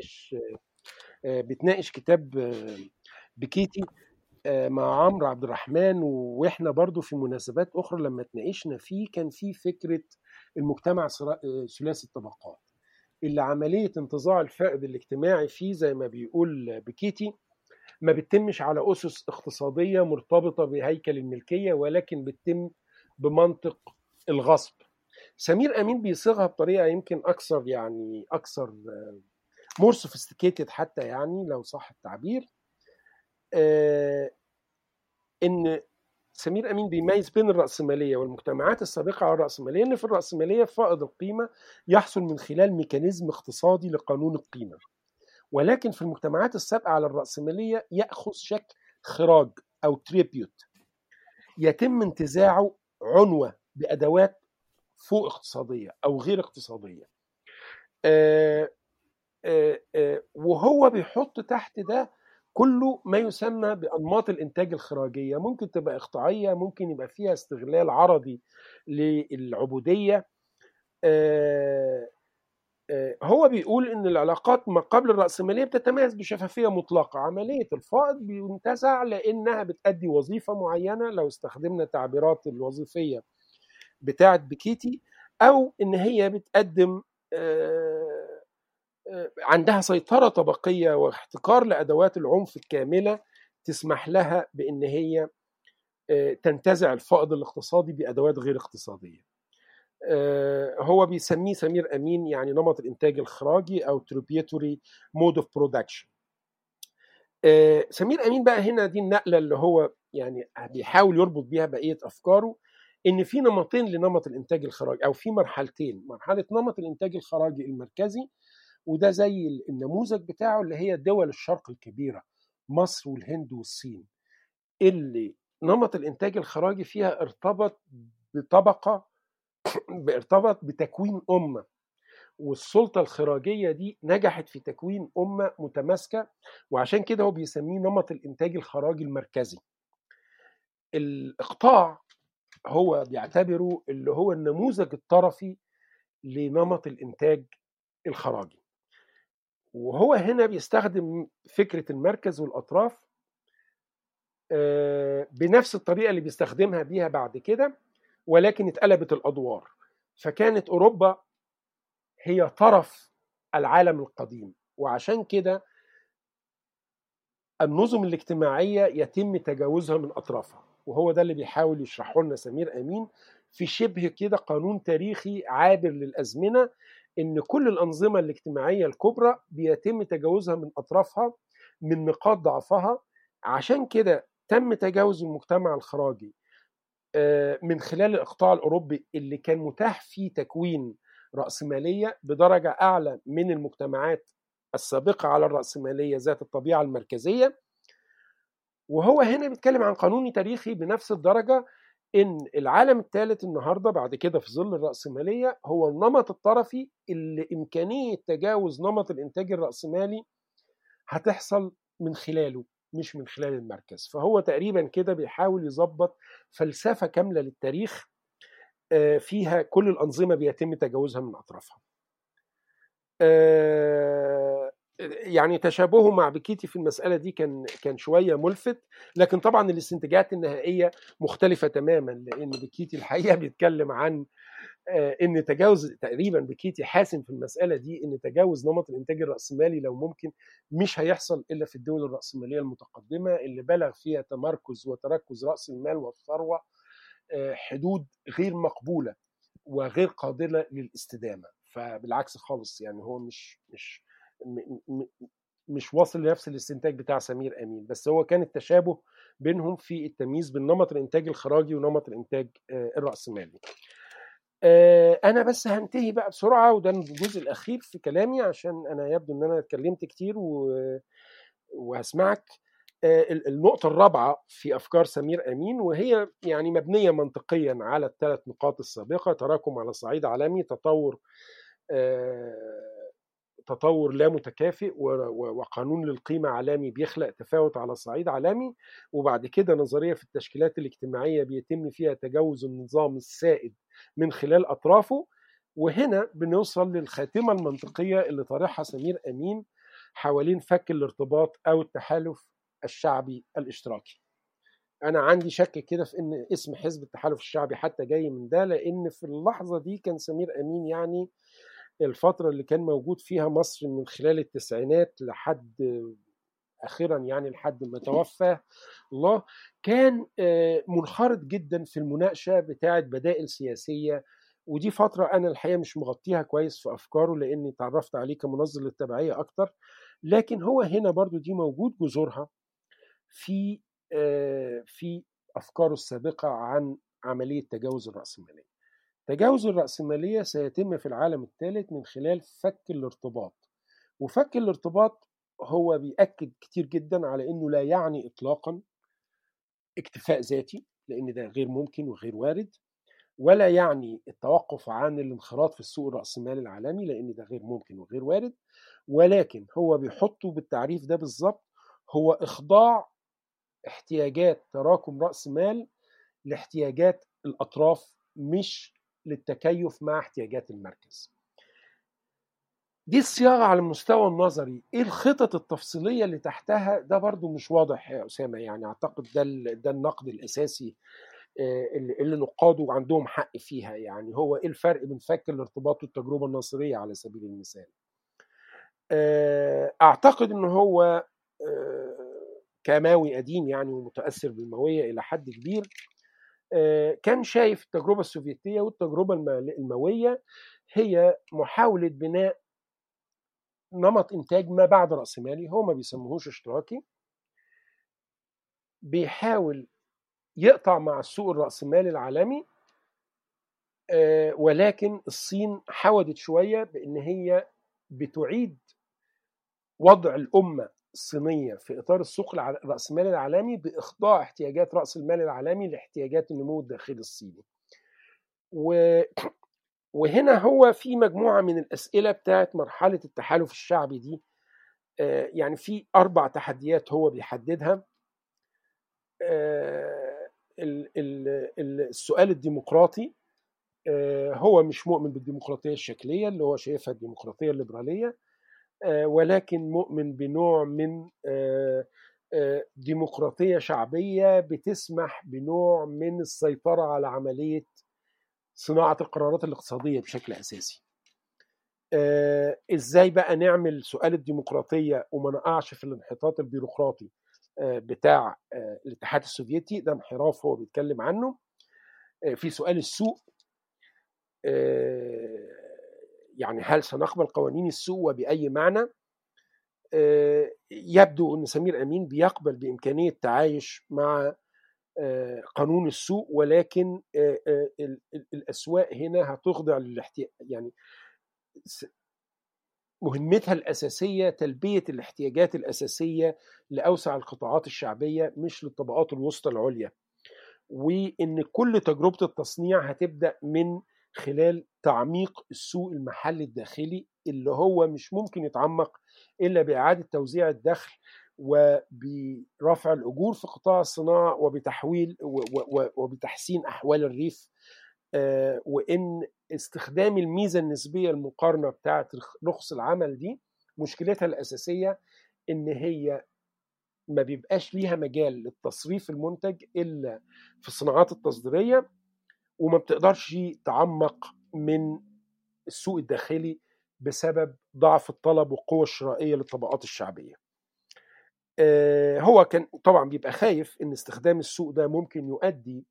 بتناقش كتاب بكيتي مع عمرو عبد الرحمن، واحنا برضو في مناسبات اخرى لما تناقشنا فيه كان في فكرة المجتمع ثلاثي الطبقات، اللي عملية انتزاع الفائض الاجتماعي فيه زي ما بيقول بكيتي ما بتتمش على أسس اقتصادية مرتبطة بهيكل الملكية، ولكن بتتم بمنطق الغصب. سمير أمين بيصيغها بطريقة يمكن أكثر مور سوفيستيكيتد حتى، يعني لو صح التعبير، إن سمير أمين بيميز بين الرأسمالية والمجتمعات السابقة على الرأسمالية، إن في الرأسمالية فائض القيمة يحصل من خلال ميكانيزم اقتصادي لقانون القيمة، ولكن في المجتمعات السابقة على الرأسمالية يأخذ شكل خراج أو تريبيوت يتم انتزاعه عنوة بأدوات فوق اقتصادية أو غير اقتصادية. وهو بيحط تحت ده كله ما يسمى بأنماط الإنتاج الخراجية، ممكن تبقى إقطاعية، ممكن يبقى فيها استغلال عرضي للعبودية. هو بيقول إن العلاقات ما قبل الرأسمالية بتتميز بشفافية مطلقة. عملية الفائض بينتزع لأنها بتأدي وظيفة معينة لو استخدمنا تعبيرات الوظيفية بتاعت بكيتي، أو إن هي بتقدم عندها سيطرة طبقية واحتكار لأدوات العنف الكاملة تسمح لها بأن هي تنتزع الفائض الاقتصادي بأدوات غير اقتصادية. هو بيسميه سمير أمين يعني نمط الإنتاج الخراجي أو tributary mode of production. سمير أمين بقى هنا دي النقلة اللي هو يعني بيحاول يربط بيها بقية أفكاره، إن في نمطين لنمط الإنتاج الخراجي، أو في مرحلتين. مرحلة نمط الإنتاج الخراجي المركزي، وده زي النموذج بتاعه اللي هي دول الشرق الكبيرة، مصر والهند والصين، اللي نمط الإنتاج الخراجي فيها ارتبط بتكوين أمة، والسلطة الخراجية دي نجحت في تكوين أمة متماسكة، وعشان كده هو بيسميه نمط الإنتاج الخراجي المركزي. الإقطاع هو بيعتبره اللي هو النموذج الطرفي لنمط الإنتاج الخراجي، وهو هنا بيستخدم فكرة المركز والأطراف بنفس الطريقة اللي بيستخدمها بيها بعد كده، ولكن اتقلبت الأدوار. فكانت أوروبا هي طرف العالم القديم، وعشان كده النظم الاجتماعية يتم تجاوزها من أطرافها، وهو ده اللي بيحاول يشرحه لنا سمير أمين في شبه كده قانون تاريخي عابر للأزمنة، إن كل الأنظمة الاجتماعية الكبرى بيتم تجاوزها من أطرافها من نقاط ضعفها. عشان كده تم تجاوز المجتمع الخراجي من خلال الإقطاع الأوروبي اللي كان متاح فيه تكوين رأسمالية بدرجة أعلى من المجتمعات السابقة على الرأسمالية ذات الطبيعة المركزية. وهو هنا بيتكلم عن قانون تاريخي بنفس الدرجة، إن العالم الثالث النهاردة بعد كده في ظل الرأسمالية هو النمط الطرفي اللي إمكانية تجاوز نمط الإنتاج الرأسمالي هتحصل من خلاله مش من خلال المركز. فهو تقريبا كده بيحاول يظبط فلسفة كاملة للتاريخ فيها كل الأنظمة بيتم تجاوزها من أطرافها. يعني تشابهه مع بيكيتي في المسألة دي كان شوية ملفت، لكن طبعا الاستنتاجات النهائية مختلفة تماما، لأن بيكيتي الحقيقة بيتكلم عن ان تجاوز، تقريبا بيكيتي حاسم في المساله دي، ان تجاوز نمط الانتاج الراسمالي لو ممكن مش هيحصل الا في الدول الراسماليه المتقدمه اللي بلغ فيها تمركز وتركز راس المال والثروه حدود غير مقبوله وغير قابله للاستدامه. فبالعكس خالص، يعني هو مش واصل لنفس الاستنتاج بتاع سمير امين، بس هو كان التشابه بينهم في التمييز بين نمط الانتاج الخراجي ونمط الانتاج الراسمالي. انا بس هنتهي بقى بسرعه، وده الجزء الاخير في كلامي عشان انا يبدو ان انا اتكلمت كتير وهسمعك. النقطه الرابعه في افكار سمير امين، وهي يعني مبنيه منطقيا على الثلاث نقاط السابقه: تراكم على صعيد عالمي، تطور لا متكافئ، وقانون للقيمة عالمي بيخلق تفاوت على صعيد عالمي، وبعد كده نظرية في التشكيلات الاجتماعية بيتم فيها تجاوز النظام السائد من خلال أطرافه. وهنا بنوصل للخاتمة المنطقية اللي طرحها سمير أمين حوالين فك الارتباط أو التحالف الشعبي الاشتراكي. أنا عندي شك كده في إن اسم حزب التحالف الشعبي حتى جاي من ده، لأن في اللحظة دي كان سمير أمين يعني الفترة اللي كان موجود فيها مصر من خلال التسعينات لحد أخيرا يعني لحد ما توفى الله، كان منخرط جدا في المناقشة بتاعة بدائل سياسية. ودي فترة أنا الحقيقة مش مغطيها كويس في أفكاره لأني تعرفت عليه كمنظر للتبعية أكتر، لكن هو هنا برضو دي موجود جذورها في أفكاره السابقة عن عملية تجاوز الرأسمالية. تجاوز الرأسمالية سيتم في العالم الثالث من خلال فك الارتباط، وفك الارتباط هو بيأكد كتير جدا على أنه لا يعني إطلاقا اكتفاء ذاتي، لأن ده غير ممكن وغير وارد، ولا يعني التوقف عن الانخراط في السوق الرأسمالي العالمي، لأن ده غير ممكن وغير وارد، ولكن هو بيحطه بالتعريف ده بالظبط: هو إخضاع احتياجات تراكم رأس مال لاحتياجات الأطراف، مش للتكيف مع احتياجات المركز. دي الصياغة على المستوى النظري. ايه الخطط التفصيلية اللي تحتها ده برضو مش واضح يا أسامة، يعني أعتقد ده النقد الأساسي اللي نقاده عندهم حق فيها. يعني هو ايه الفرق بين فك الارتباط والتجربة الناصرية على سبيل المثال؟ أعتقد إن هو كماوي قديم يعني ومتأثر بالموية إلى حد كبير، كان شايف التجربة السوفيتية والتجربة الموية هي محاولة بناء نمط إنتاج ما بعد رأسمالي، هو ما بيسموهوش اشتراكي، بيحاول يقطع مع السوق الرأسمالي العالمي. ولكن الصين حاولت شوية بأن هي بتعيد وضع الأمة الصينية في إطار السوق الرأسمالي العالمي بإخضاع احتياجات رأس المال العالمي لاحتياجات النمو الداخلي الصيني. وهنا هو في مجموعة من الأسئلة بتاعت مرحلة التحالف الشعبي دي. يعني في 4 تحديات هو بيحددها. السؤال الديمقراطي، هو مش مؤمن بالديمقراطية الشكلية اللي هو شايفها الديمقراطية الليبرالية، ولكن مؤمن بنوع من ديمقراطية شعبية بتسمح بنوع من السيطرة على عملية صناعة القرارات الاقتصادية بشكل أساسي. إزاي بقى نعمل سؤال الديمقراطية وما نقعش في الانحطاط البيروقراطي بتاع الاتحاد السوفيتي؟ ده انحراف هو بيتكلم عنه. في سؤال السوق، يعني هل سنقبل قوانين السوق وبأي معنى؟ يبدو أن سمير أمين بيقبل بإمكانية التعايش مع قانون السوق، ولكن الأسواق هنا هتخضع للاحتياج، يعني مهمتها الأساسية تلبية الاحتياجات الأساسية لأوسع القطاعات الشعبية مش للطبقات الوسطى العليا، وإن كل تجربة التصنيع هتبدأ من خلال تعميق السوق المحلي الداخلي اللي هو مش ممكن يتعمق إلا بإعادة توزيع الدخل وبرفع الأجور في قطاع الصناعة وبتحويل وبتحسين أحوال الريف، وإن استخدام الميزة النسبية المقارنة بتاعة رخص العمل دي مشكلتها الأساسية إن هي ما بيبقاش ليها مجال للتصريف المنتج إلا في الصناعات التصديرية، وما بتقدرش تعمق من السوق الداخلي بسبب ضعف الطلب والقوة الشرائية للطبقات الشعبية. هو كان طبعا بيبقى خايف إن استخدام السوق ده ممكن يؤدي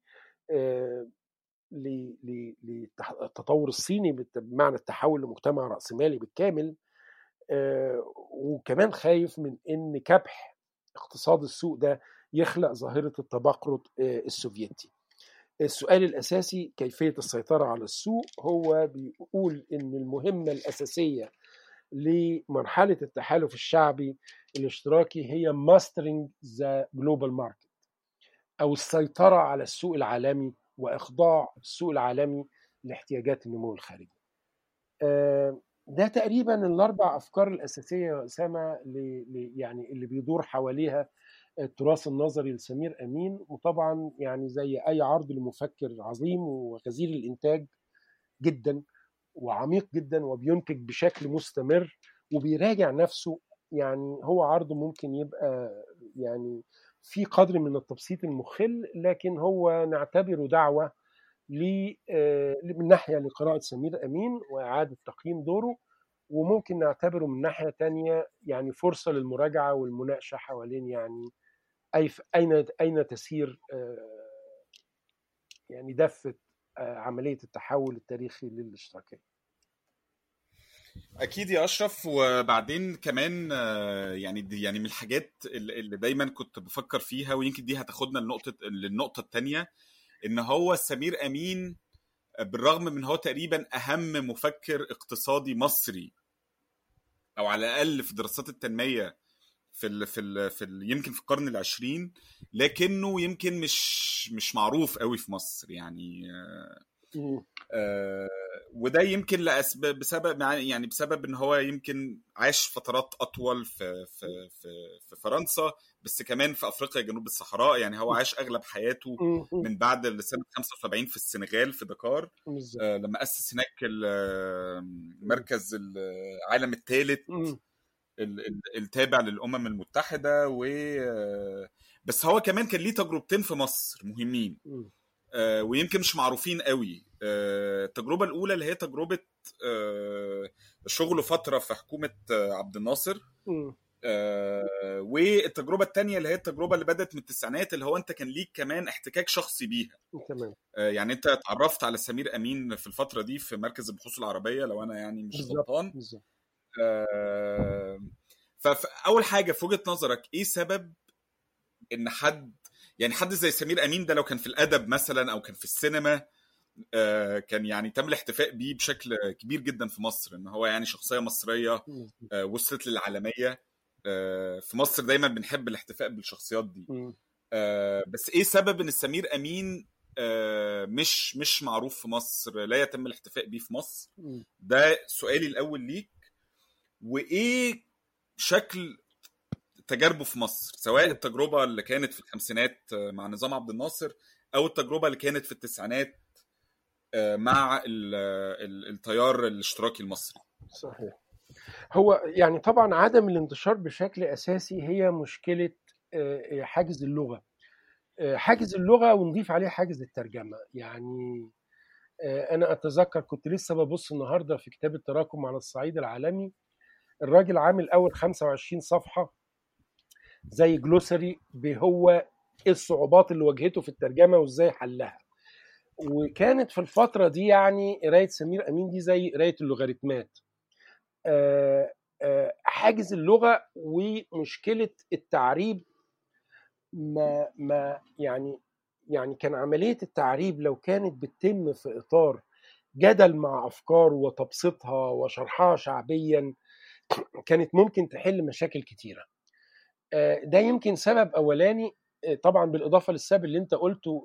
للتطور الصيني بمعنى التحول لمجتمع رأسمالي بالكامل، وكمان خايف من إن كبح اقتصاد السوق ده يخلق ظاهرة التبقرض السوفيتي. السؤال الأساسي كيفية السيطرة على السوق، هو بيقول إن المهمة الأساسية لمرحلة التحالف الشعبي الاشتراكي هي mastering the global market، أو السيطرة على السوق العالمي وإخضاع السوق العالمي لاحتياجات النمو الخارجي. ده تقريبا الأربع أفكار الأساسية يا أسامة يعني اللي بيدور حواليها التراث النظري لسمير أمين. وطبعا يعني زي أي عرض لمفكر عظيم وغزير الإنتاج جدا وعميق جدا وبينتج بشكل مستمر وبيراجع نفسه، يعني هو عرض ممكن يبقى يعني في قدر من التبسيط المخل، لكن هو نعتبره دعوة من ناحية لقراءة سمير أمين وإعادة تقييم دوره، وممكن نعتبره من ناحية تانية يعني فرصة للمراجعة والمناقشة حوالين يعني أين تسير يعني دفة عملية التحول التاريخي للاشتراكية. اكيد يا اشرف. وبعدين كمان يعني من الحاجات اللي دايما كنت بفكر فيها، ويمكن دي هتاخدنا للنقطه الثانيه، ان هو سمير امين بالرغم من هو تقريبا اهم مفكر اقتصادي مصري، او على الاقل في دراسات التنميه يمكن في القرن العشرين، لكنه يمكن مش معروف قوي في مصر يعني. وده يمكن بسبب ان هو يمكن عاش فترات اطول في فرنسا، بس كمان في افريقيا جنوب الصحراء. يعني هو عاش اغلب حياته من بعد سنه 75 في السنغال في دكار، لما اسس هناك مركز العالم الثالث التابع للامم المتحده. بس هو كمان كان ليه تجربتين في مصر مهمين ويمكن مش معروفين قوي. التجربة الأولى اللي هي تجربة شغله فترة في حكومة عبد الناصر، والتجربة التانية اللي هي التجربة اللي بدأت من التسعينات، اللي هو أنت كان ليك كمان احتكاك شخصي بيها. يعني أنت اتعرفت على سمير أمين في الفترة دي في مركز البحوث العربية لو أنا يعني مش غلطان. فأول حاجة في وجهة نظرك إيه سبب إن حد زي سمير أمين ده لو كان في الأدب مثلا أو كان في السينما كان يعني تم الاحتفاء بيه بشكل كبير جدا في مصر، ان هو يعني شخصية مصرية وصلت للعالمية. في مصر دايما بنحب الاحتفاء بالشخصيات دي. بس ايه سبب ان سمير أمين مش معروف في مصر، لا يتم الاحتفاء بيه في مصر؟ ده سؤالي الاول ليك. وايه شكل تجاربه في مصر، سواء التجربه اللي كانت في الخمسينات مع نظام عبد الناصر، او التجربه اللي كانت في التسعينات مع التيار الاشتراكي المصري؟ صحيح. هو يعني طبعا عدم الانتشار بشكل اساسي هي مشكله حاجز اللغه. حاجز اللغه ونضيف عليه حاجز الترجمه. يعني انا اتذكر كنت لسه ببص النهارده في كتاب التراكم على الصعيد العالمي، الراجل عامل اول 25 صفحه زي جلوسري هو ايه الصعوبات اللي واجهته في الترجمه وازاي حلها. وكانت في الفتره دي يعني قرايه سمير امين دي زي قرايه اللوغاريتمات. حاجز اللغه ومشكله التعريب. ما يعني كان عمليه التعريب لو كانت بتتم في اطار جدل مع افكار وتبسيطها وشرحها شعبيا كانت ممكن تحل مشاكل كتيره. ده يمكن سبب اولاني، طبعا بالاضافه للسبب اللي انت قلته،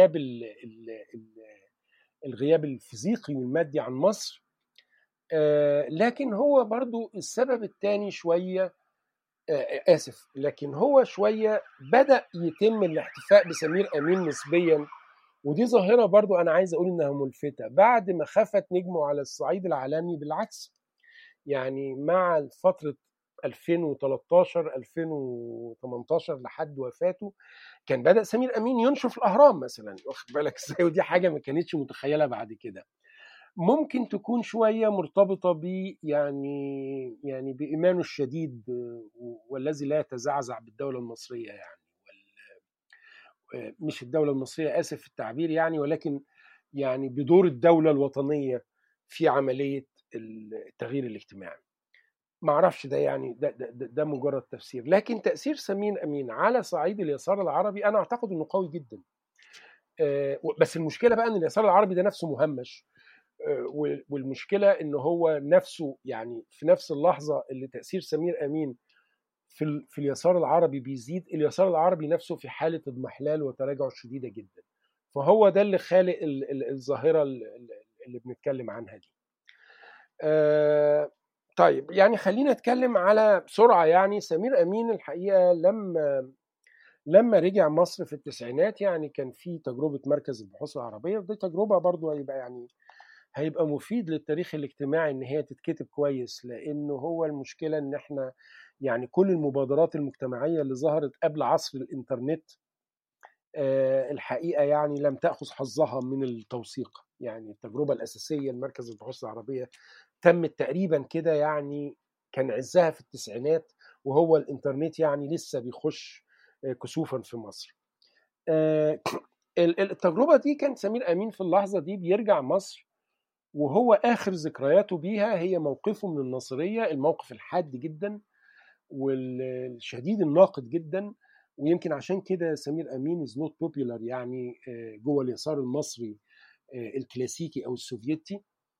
الغياب الفيزيقي والمادي عن مصر. لكن هو برضو السبب الثاني شويه، آسف، لكن هو شويه بدأ يتم الاحتفاء بسمير امين نسبيا. ودي ظاهره برضو انا عايز اقول انها ملفته بعد ما خفت نجمه على الصعيد العالمي. بالعكس، يعني مع فتره 2013 2018 لحد وفاته كان بدأ سمير أمين ينشر في الأهرام مثلا، واخد بالك ازاي؟ ودي حاجة ما كانتش متخيلة بعد كده. ممكن تكون شوية مرتبطة ب يعني بإيمانه الشديد والذي لا يتزعزع بالدولة المصرية، يعني مش الدولة المصرية، آسف في التعبير يعني، ولكن يعني بدور الدولة الوطنية في عملية التغيير الاجتماعي. ما اعرفش ده يعني ده مجرد تفسير، لكن تأثير سمير أمين على صعيد اليسار العربي أنا أعتقد أنه قوي جدا. بس المشكلة بقى أن اليسار العربي ده نفسه مهمش، والمشكلة أن هو نفسه يعني في نفس اللحظة اللي تأثير سمير أمين في اليسار العربي بيزيد، اليسار العربي نفسه في حالة اضمحلال وتراجع شديدة جدا. فهو ده اللي خالق الظاهرة اللي بنتكلم عنها دي. طيب يعني خلينا نتكلم على بسرعة. يعني سمير أمين الحقيقة لما رجع مصر في التسعينات يعني كان في تجربة مركز البحوث العربية، ودي تجربة برضو هيبقى مفيد للتاريخ الاجتماعي ان هي تتكتب كويس، لانه هو المشكلة ان احنا يعني كل المبادرات المجتمعية اللي ظهرت قبل عصر الانترنت الحقيقة يعني لم تأخذ حظها من التوثيق. يعني التجربة الأساسية لمركز البحوث العربية تمت تقريبا كده، يعني كان عزها في التسعينات وهو الانترنت يعني لسه بيخش كسوفا في مصر. التجربة دي كان سمير أمين في اللحظة دي بيرجع مصر وهو آخر ذكرياته بيها هي موقفه من الناصرية، الموقف الحاد جدا والشديد الناقد جدا. ويمكن عشان كده سمير أمين is not popular يعني جوه اليسار المصري الكلاسيكي أو السوفيتي.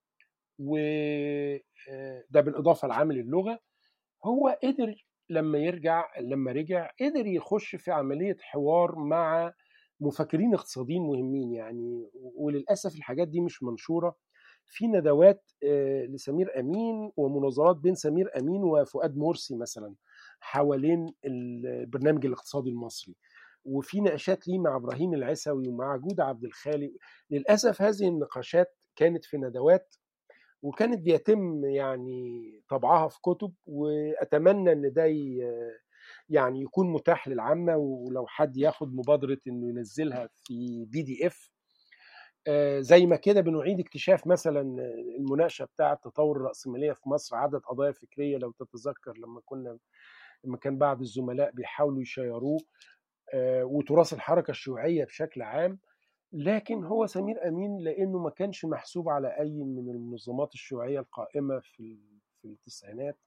وده بالإضافة لعامل اللغة. هو قدر لما رجع قدر يخش في عملية حوار مع مفكرين اقتصاديين مهمين يعني، وللأسف الحاجات دي مش منشورة. في ندوات لسمير أمين ومناظرات بين سمير أمين وفؤاد مرسي مثلا حوالين البرنامج الاقتصادي المصري، وفي نقاشات ليه مع إبراهيم العسوي ومع جودة عبد الخالق. للأسف هذه النقاشات كانت في ندوات وكانت بيتم يعني طبعها في كتب، وأتمنى أن ده يعني يكون متاح للعامة، ولو حد ياخد مبادرة أنه ينزلها في PDF زي ما كده بنعيد اكتشاف مثلا المناقشة بتاعة تطور الرأسمالية في مصر، عدد قضايا فكرية لو تتذكر لما كان بعض الزملاء بيحاولوا يشيروه، وتراث الحركة الشيوعية بشكل عام. لكن هو سمير أمين لأنه ما كانش محسوب على أي من المنظمات الشيوعية القائمة في التسعينات،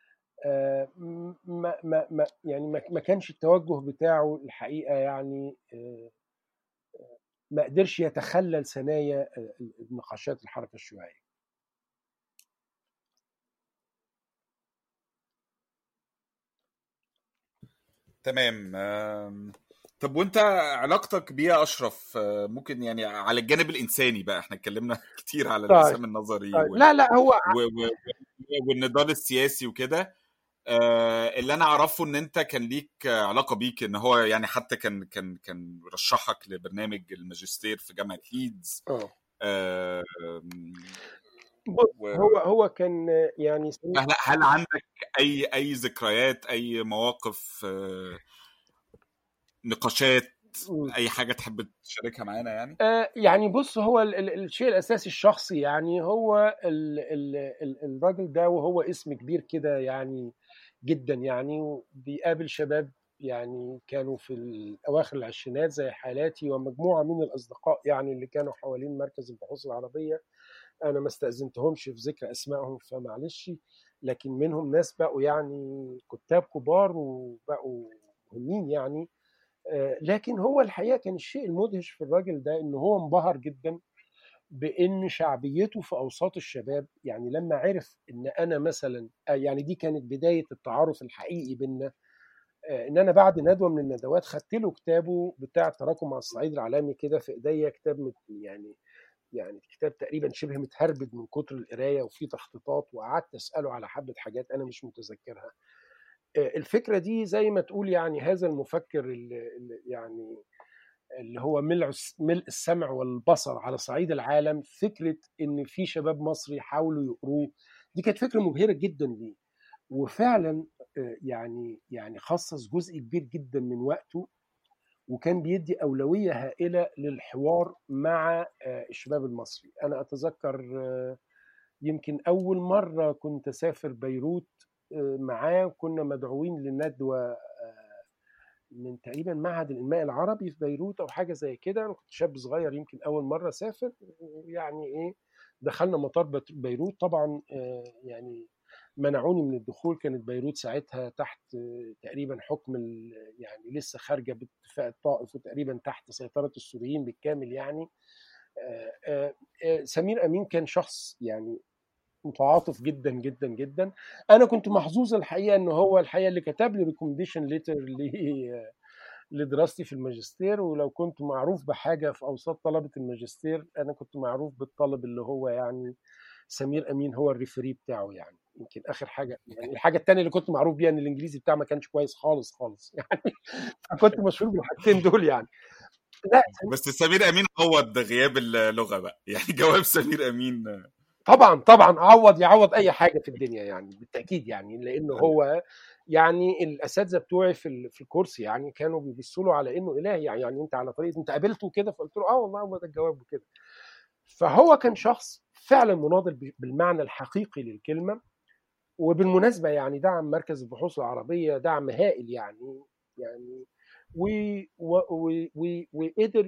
ما كانش التوجه بتاعه الحقيقة يعني ما قدرش يتخلل ثنايا نقاشات الحركة الشيوعية. تمام. طب وانت علاقتك بيه يا اشرف، ممكن يعني على الجانب الانساني بقى، احنا اتكلمنا كتير على طيب الاقسام النظري طيب لا هو و... و... والنضال السياسي وكده. اللي انا اعرفه ان انت كان ليك علاقه بيك، ان هو يعني حتى كان رشحك لبرنامج الماجستير في جامعه ليدز. اه آه، بص و- هو كان يعني هل عندك اي ذكريات، اي مواقف، نقاشات، اي حاجه تحب تشاركها معانا يعني؟ يعني بص هو الشيء الاساسي الشخصي، يعني هو الراجل ده وهو اسم كبير كده يعني جدا، يعني وبيقابل شباب يعني كانوا في اواخر العشرينات زي حالاتي ومجموعه من الاصدقاء يعني اللي كانوا حوالين مركز البحوث العربيه. انا ما استاذنتهمش في ذكر اسمائهم فمعلش، لكن منهم ناس بقوا يعني كتاب كبار وبقوا مهمين يعني. لكن هو الحقيقه كان الشيء المدهش في الراجل ده ان هو انبهر جدا بان شعبيته في اوساط الشباب. يعني لما عرف ان انا مثلا يعني دي كانت بدايه التعارف الحقيقي بينا. ان انا بعد ندوه من الندوات خدت له كتابه بتاع التراكم على الصعيد العالمي كده في ايديا، كتاب يعني كتاب تقريبا شبه متهربد من كتر القرايه وفيه تخطيطات، وقعدت اساله على حبه حاجات انا مش متذكرها. الفكره دي زي ما تقول يعني هذا المفكر اللي يعني اللي هو ملء السمع والبصر على صعيد العالم، فكره ان في شباب مصري حاولوا يقروه، دي كانت فكره مبهره جدا ليه. وفعلا يعني خصص جزء كبير جدا من وقته، وكان بيدي أولوية هائلة للحوار مع الشباب المصري. أنا أتذكر يمكن أول مرة كنت أسافر بيروت معاه، كنا مدعوين لندوة من تقريبا معهد الإنماء العربي في بيروت أو حاجة زي كده. أنا كنت شاب صغير يمكن أول مرة أسافر، ويعني إيه دخلنا مطار بيروت. طبعا يعني منعوني من الدخول، كانت بيروت ساعتها تحت تقريبا حكم يعني لسه خارجة باتفاق الطائف وتقريبا تحت سيطرة السوريين بالكامل يعني. سمير أمين كان شخص يعني متعاطف جدا جدا جدا. انا كنت محظوظ الحقيقه ان هو الحقيقه اللي كتب لي ريكومنديشن ليتر لدراستي في الماجستير، ولو كنت معروف بحاجه في اوساط طلبه الماجستير انا كنت معروف بالطالب اللي هو يعني سمير امين هو الريفري بتاعه يعني. يمكن اخر حاجه يعني الحاجه الثانيه اللي كنت معروف بيها ان الانجليزي بتاعي ما كانش كويس خالص خالص يعني فكنت مشهور بالحاجتين دول يعني. لا بس سمير امين عوض غياب اللغه بقى يعني جواب سمير امين. طبعا يعوض اي حاجه في الدنيا يعني بالتاكيد، يعني لانه هو يعني الاساتذه بتوعي في الكورس يعني كانوا بيبصوا له على انه اله يعني انت على طريقه انت قابلته كده، فقلت له اه والله هو ده الجواب وكده. فهو كان شخص فعلا مناضل بالمعنى الحقيقي للكلمه. وبالمناسبه يعني دعم مركز البحوث العربيه دعم هائل يعني وقدر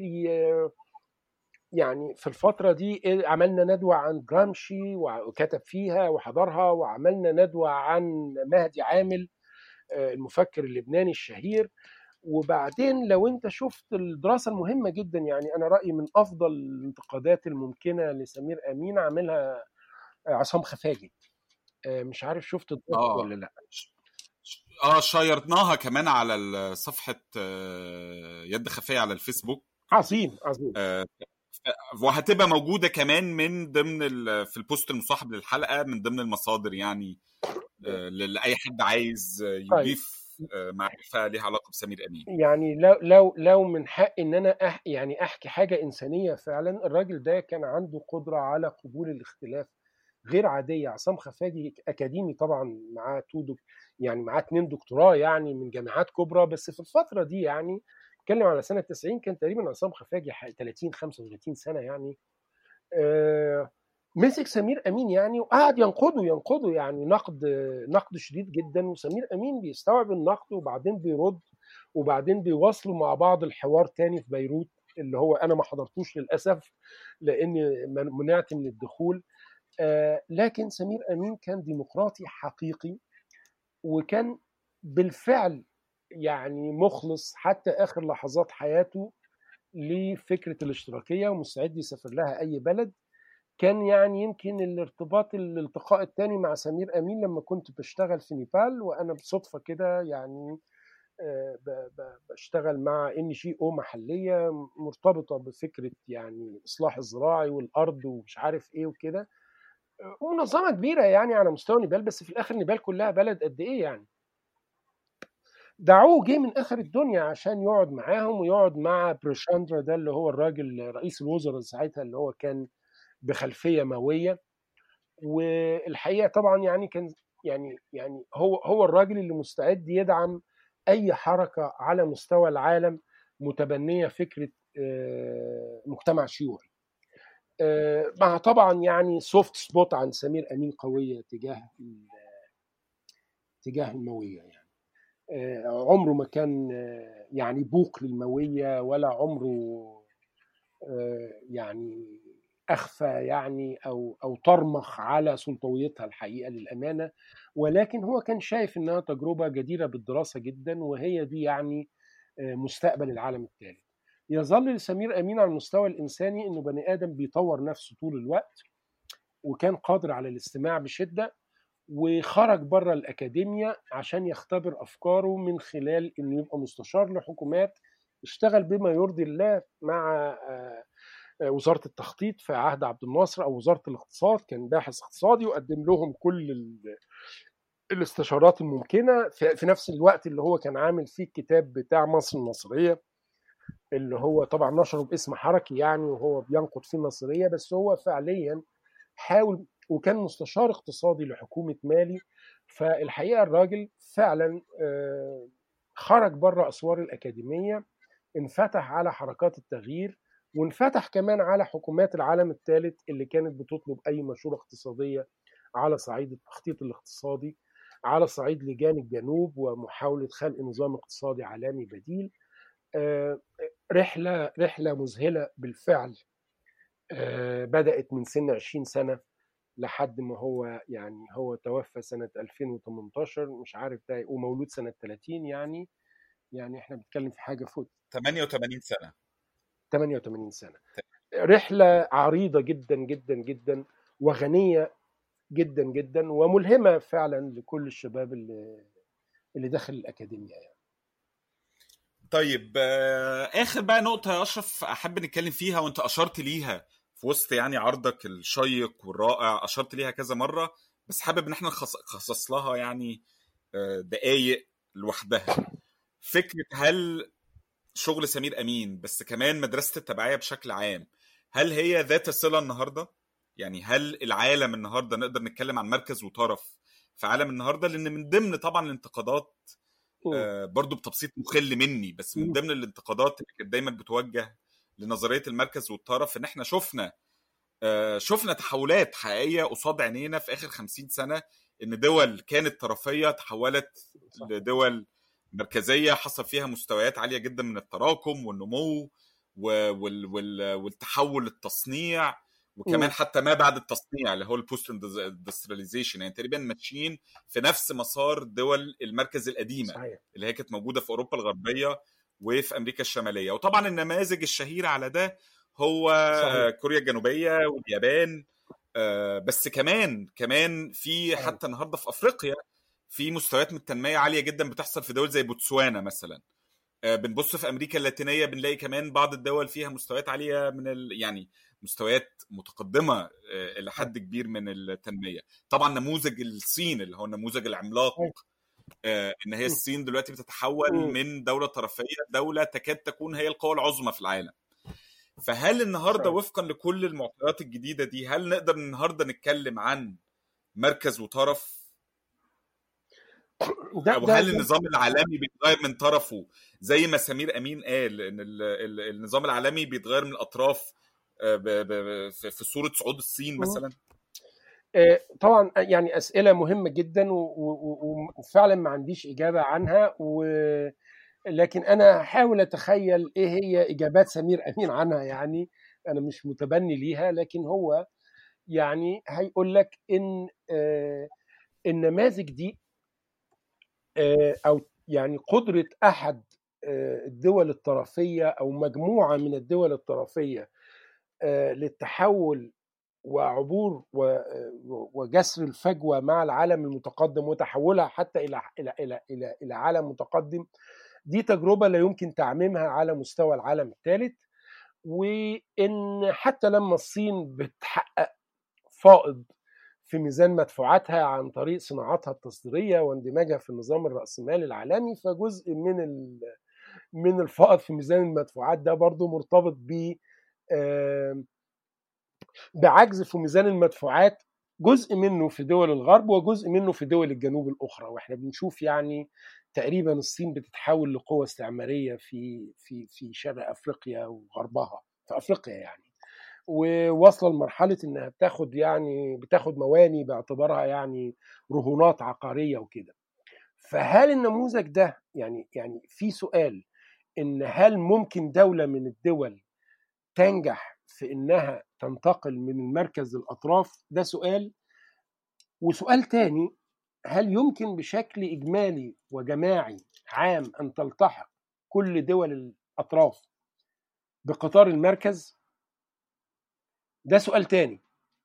يعني في الفترة دي عملنا ندوة عن جرامشي وكتب فيها وحضرها، وعملنا ندوة عن مهدي عامل المفكر اللبناني الشهير. وبعدين لو انت شفت الدراسة المهمة جدا، يعني انا رأيي من افضل الانتقادات الممكنة لسمير امين عاملها عصام خفاجي. مش عارف شفت الدراسة اه ولا لا. شيرناها كمان على صفحه يد خفيه على الفيسبوك. عظيم. آه، وهتبقى موجوده كمان من ضمن في البوست المصاحب للحلقه من ضمن المصادر يعني، لاي حد عايز طيب يضيف معرفه ليها علاقه بسمير امين. يعني لو من حق ان انا يعني احكي حاجه انسانيه فعلا، الراجل ده كان عنده قدره على قبول الاختلاف غير عاديه. عصام خفاجي اكاديمي طبعا، معاه يعني معاه 2 دكتوراه يعني من جامعات كبرى، بس في الفتره دي يعني اتكلم على سنه 90 كان تقريبا عصام خفاجي 30 35 سنه يعني. مسك سمير امين يعني وقعد ينقده يعني نقد شديد جدا، وسمير امين بيستوعب النقد وبعدين بيرد، وبعدين بيواصلوا مع بعض الحوار تاني في بيروت اللي هو انا ما حضرتوش للاسف لاني منعت من الدخول. لكن سمير امين كان ديمقراطي حقيقي، وكان بالفعل يعني مخلص حتى اخر لحظات حياته لفكره الاشتراكيه ومستعد يسافر لها اي بلد. كان يعني يمكن الالتقاء الثاني مع سمير امين لما كنت بشتغل في نيبال، وانا بصدفه كده يعني بشتغل مع NGO محلية مرتبطة بفكرة يعني الإصلاح الزراعي والأرض ومش عارف إيه وكده، ومنظمة كبيرة يعني على مستوى نيبال، بس في الآخر نيبال كلها بلد قد إيه يعني. دعوه جه من آخر الدنيا عشان يقعد معاهم، ويقعد مع بريشاندرا ده اللي هو الراجل رئيس الوزراء ساعتها اللي هو كان بخلفية ماوية. والحقيقة طبعا يعني كان يعني هو الراجل اللي مستعد يدعم أي حركة على مستوى العالم متبنية فكرة مجتمع شيوعي، مع طبعا يعني سوفت سبوت عن سمير أمين قوية تجاه الماوية يعني. عمره ما كان يعني بوق للماوية، ولا عمره يعني أخفى يعني أو طرمخ على سلطويتها الحقيقة للأمانة، ولكن هو كان شايف إنها تجربة جديرة بالدراسة جدا، وهي دي يعني مستقبل العالم الثالث. يظل لسمير أمين على المستوى الإنساني إنه بني آدم بيطور نفسه طول الوقت، وكان قادر على الاستماع بشدة، وخرج بره الأكاديمية عشان يختبر أفكاره من خلال إنه يبقى مستشار لحكومات، اشتغل بما يرضي الله مع وزارة التخطيط في عهد عبد الناصر أو وزارة الاقتصاد، كان باحث اقتصادي وقدم لهم كل الاستشارات الممكنة في نفس الوقت اللي هو كان عامل فيه الكتاب بتاع مصر النصرية، اللي هو طبعا نشره باسم حركي يعني، وهو بينقد فيه النصرية، بس هو فعليا حاول، وكان مستشار اقتصادي لحكومة مالي. فالحقيقة الراجل فعلا خرج بره أسوار الأكاديمية، انفتح على حركات التغيير، وانفتح كمان على حكومات العالم الثالث اللي كانت بتطلب أي مشورة اقتصادية على صعيد التخطيط الاقتصادي، على صعيد لجان الجنوب ومحاولة خلق نظام اقتصادي عالمي بديل. رحلة مذهلة بالفعل، بدأت من سن 20 سنة لحد ما هو يعني هو توفى سنة 2018 مش عارف ده، ومولود سنة 30 يعني احنا بنتكلم في حاجة فوق 88 سنة. 88 سنة. رحلة عريضة جدا جدا جدا، وغنية جدا جدا، وملهمة فعلا لكل الشباب اللي داخل الأكاديمية يعني. طيب آخر بقى نقطة يا أشرف أحب نتكلم فيها، وأنت أشرت ليها في وسط يعني عرضك الشيق والرائع، أشرت ليها كذا مرة، بس حابب إن احنا نخصص لها يعني دقايق لوحدها. فكرة هل شغل سمير أمين بس كمان مدرسة التبعية بشكل عام، هل هي ذات صلة النهاردة؟ يعني هل العالم النهاردة نقدر نتكلم عن مركز وطرف في عالم النهاردة؟ لأن من ضمن طبعا الانتقادات برضو بتبسيط مخل مني، بس من ضمن الانتقادات اللي كانت دايما بتوجه لنظرية المركز والطرف ان احنا شفنا تحولات حقيقية قصاد عينينا في اخر 50 سنة، ان دول كانت طرفية تحولت لدول مركزية حصل فيها مستويات عالية جدا من التراكم والنمو والتحول للتصنيع، وكمان حتى ما بعد التصنيع اللي هو البوست اندسترياليزيشن، يعني تقريبا ماشيين في نفس مسار دول المركز القديمه صحيح. اللي هي كانت موجوده في اوروبا الغربيه وفي امريكا الشماليه. وطبعا النماذج الشهيره على ده هو صحيح. كوريا الجنوبيه واليابان، بس كمان في حتى النهارده في افريقيا في مستويات من التنميه عاليه جدا بتحصل في دول زي بوتسوانا مثلا. بنبص في امريكا اللاتينيه بنلاقي كمان بعض الدول فيها مستويات عاليه يعني مستويات متقدمه الى حد كبير من التنميه. طبعا نموذج الصين اللي هو النموذج العملاق، ان هي الصين دلوقتي بتتحول من دوله طرفيه دوله تكاد تكون هي القوى العظمى في العالم. فهل النهارده وفقا لكل المعطيات الجديده دي هل نقدر النهارده نتكلم عن مركز وطرف، او هل النظام العالمي بيتغير من طرفه زي ما سمير امين قال ان النظام العالمي بيتغير من الاطراف في صوره صعود الصين مثلا؟ طبعا يعني اسئله مهمه جدا وفعلا ما عنديش اجابه عنها، لكن انا هحاول اتخيل ايه هي اجابات سمير امين عنها. يعني انا مش متبني ليها، لكن هو يعني هيقول لك ان النماذج دي او يعني قدره احد الدول الطرفيه او مجموعه من الدول الطرفيه للتحول وعبور وجسر الفجوه مع العالم المتقدم وتحولها حتى الى عالم متقدم، دي تجربة لا يمكن تعميمها على مستوى العالم الثالث، وإن حتى لما الصين بتحقق فائض في ميزان مدفوعاتها عن طريق صناعاتها التصديرية واندماجها في النظام الرأسمالي العالمي، فجزء من الفائض في ميزان المدفوعات ده برضو مرتبط بعجز في ميزان المدفوعات، جزء منه في دول الغرب وجزء منه في دول الجنوب الأخرى. واحنا بنشوف يعني تقريبا الصين بتتحول لقوة استعمارية في شرق أفريقيا وغربها، في أفريقيا يعني، وواصله لمرحله انها بتاخد مواني باعتبارها يعني رهونات عقاريه وكده. فهل النموذج ده يعني في سؤال، ان هل ممكن دوله من الدول تنجح في انها تنتقل من المركز للاطراف؟ ده سؤال. وسؤال تاني، هل يمكن بشكل اجمالي وجماعي عام ان تلتحق كل دول الاطراف بقطار المركز؟ ده سؤال تاني.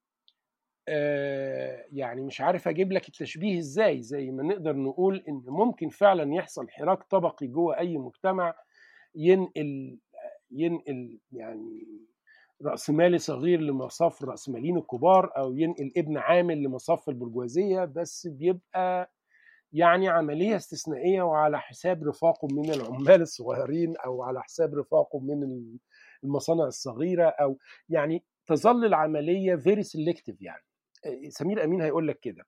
يعني مش عارف اجيب لك التشبيه ازاي، زي ما نقدر نقول ان ممكن فعلا يحصل حراك طبقي جوه اي مجتمع، ينقل يعني رأسمالي صغير لمصاف الرأسماليين الكبار، او ينقل ابن عامل لمصاف البرجوازية، بس بيبقى يعني عملية استثنائية وعلى حساب رفاقه من العمال الصغيرين، او على حساب رفاقه من المصانع الصغيرة، او يعني تظل العملية very selective. يعني سمير أمين هيقول لك كده.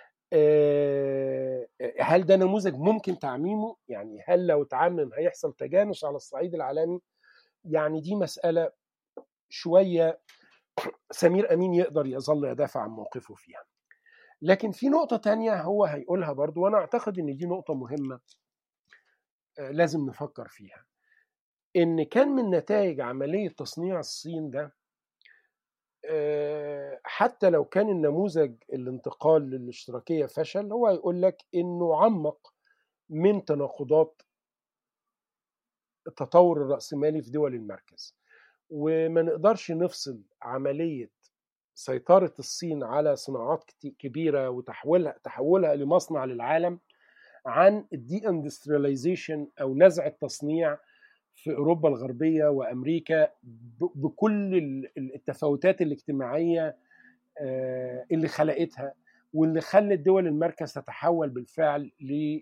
هل ده نموذج ممكن تعميمه؟ يعني هل لو تعمم هيحصل تجانس على الصعيد العالمي؟ يعني دي مسألة شوية سمير أمين يقدر يظل يدافع عن موقفه فيها. لكن في نقطة تانية هو هيقولها برضو، وأنا أعتقد أن دي نقطة مهمة لازم نفكر فيها، إن كان من نتائج عملية تصنيع الصين ده، حتى لو كان النموذج الانتقال للاشتراكية فشل، هو يقول لك إنه عمق من تناقضات التطور الرأسمالي في دول المركز. وما نقدرش نفصل عملية سيطرة الصين على صناعات كبيرة وتحولها لمصنع للعالم عن الدي اندسترياليزيشن أو نزع التصنيع في أوروبا الغربية وأمريكا بكل التفاوتات الاجتماعية اللي خلقتها، واللي خلت دول المركز تتحول بالفعل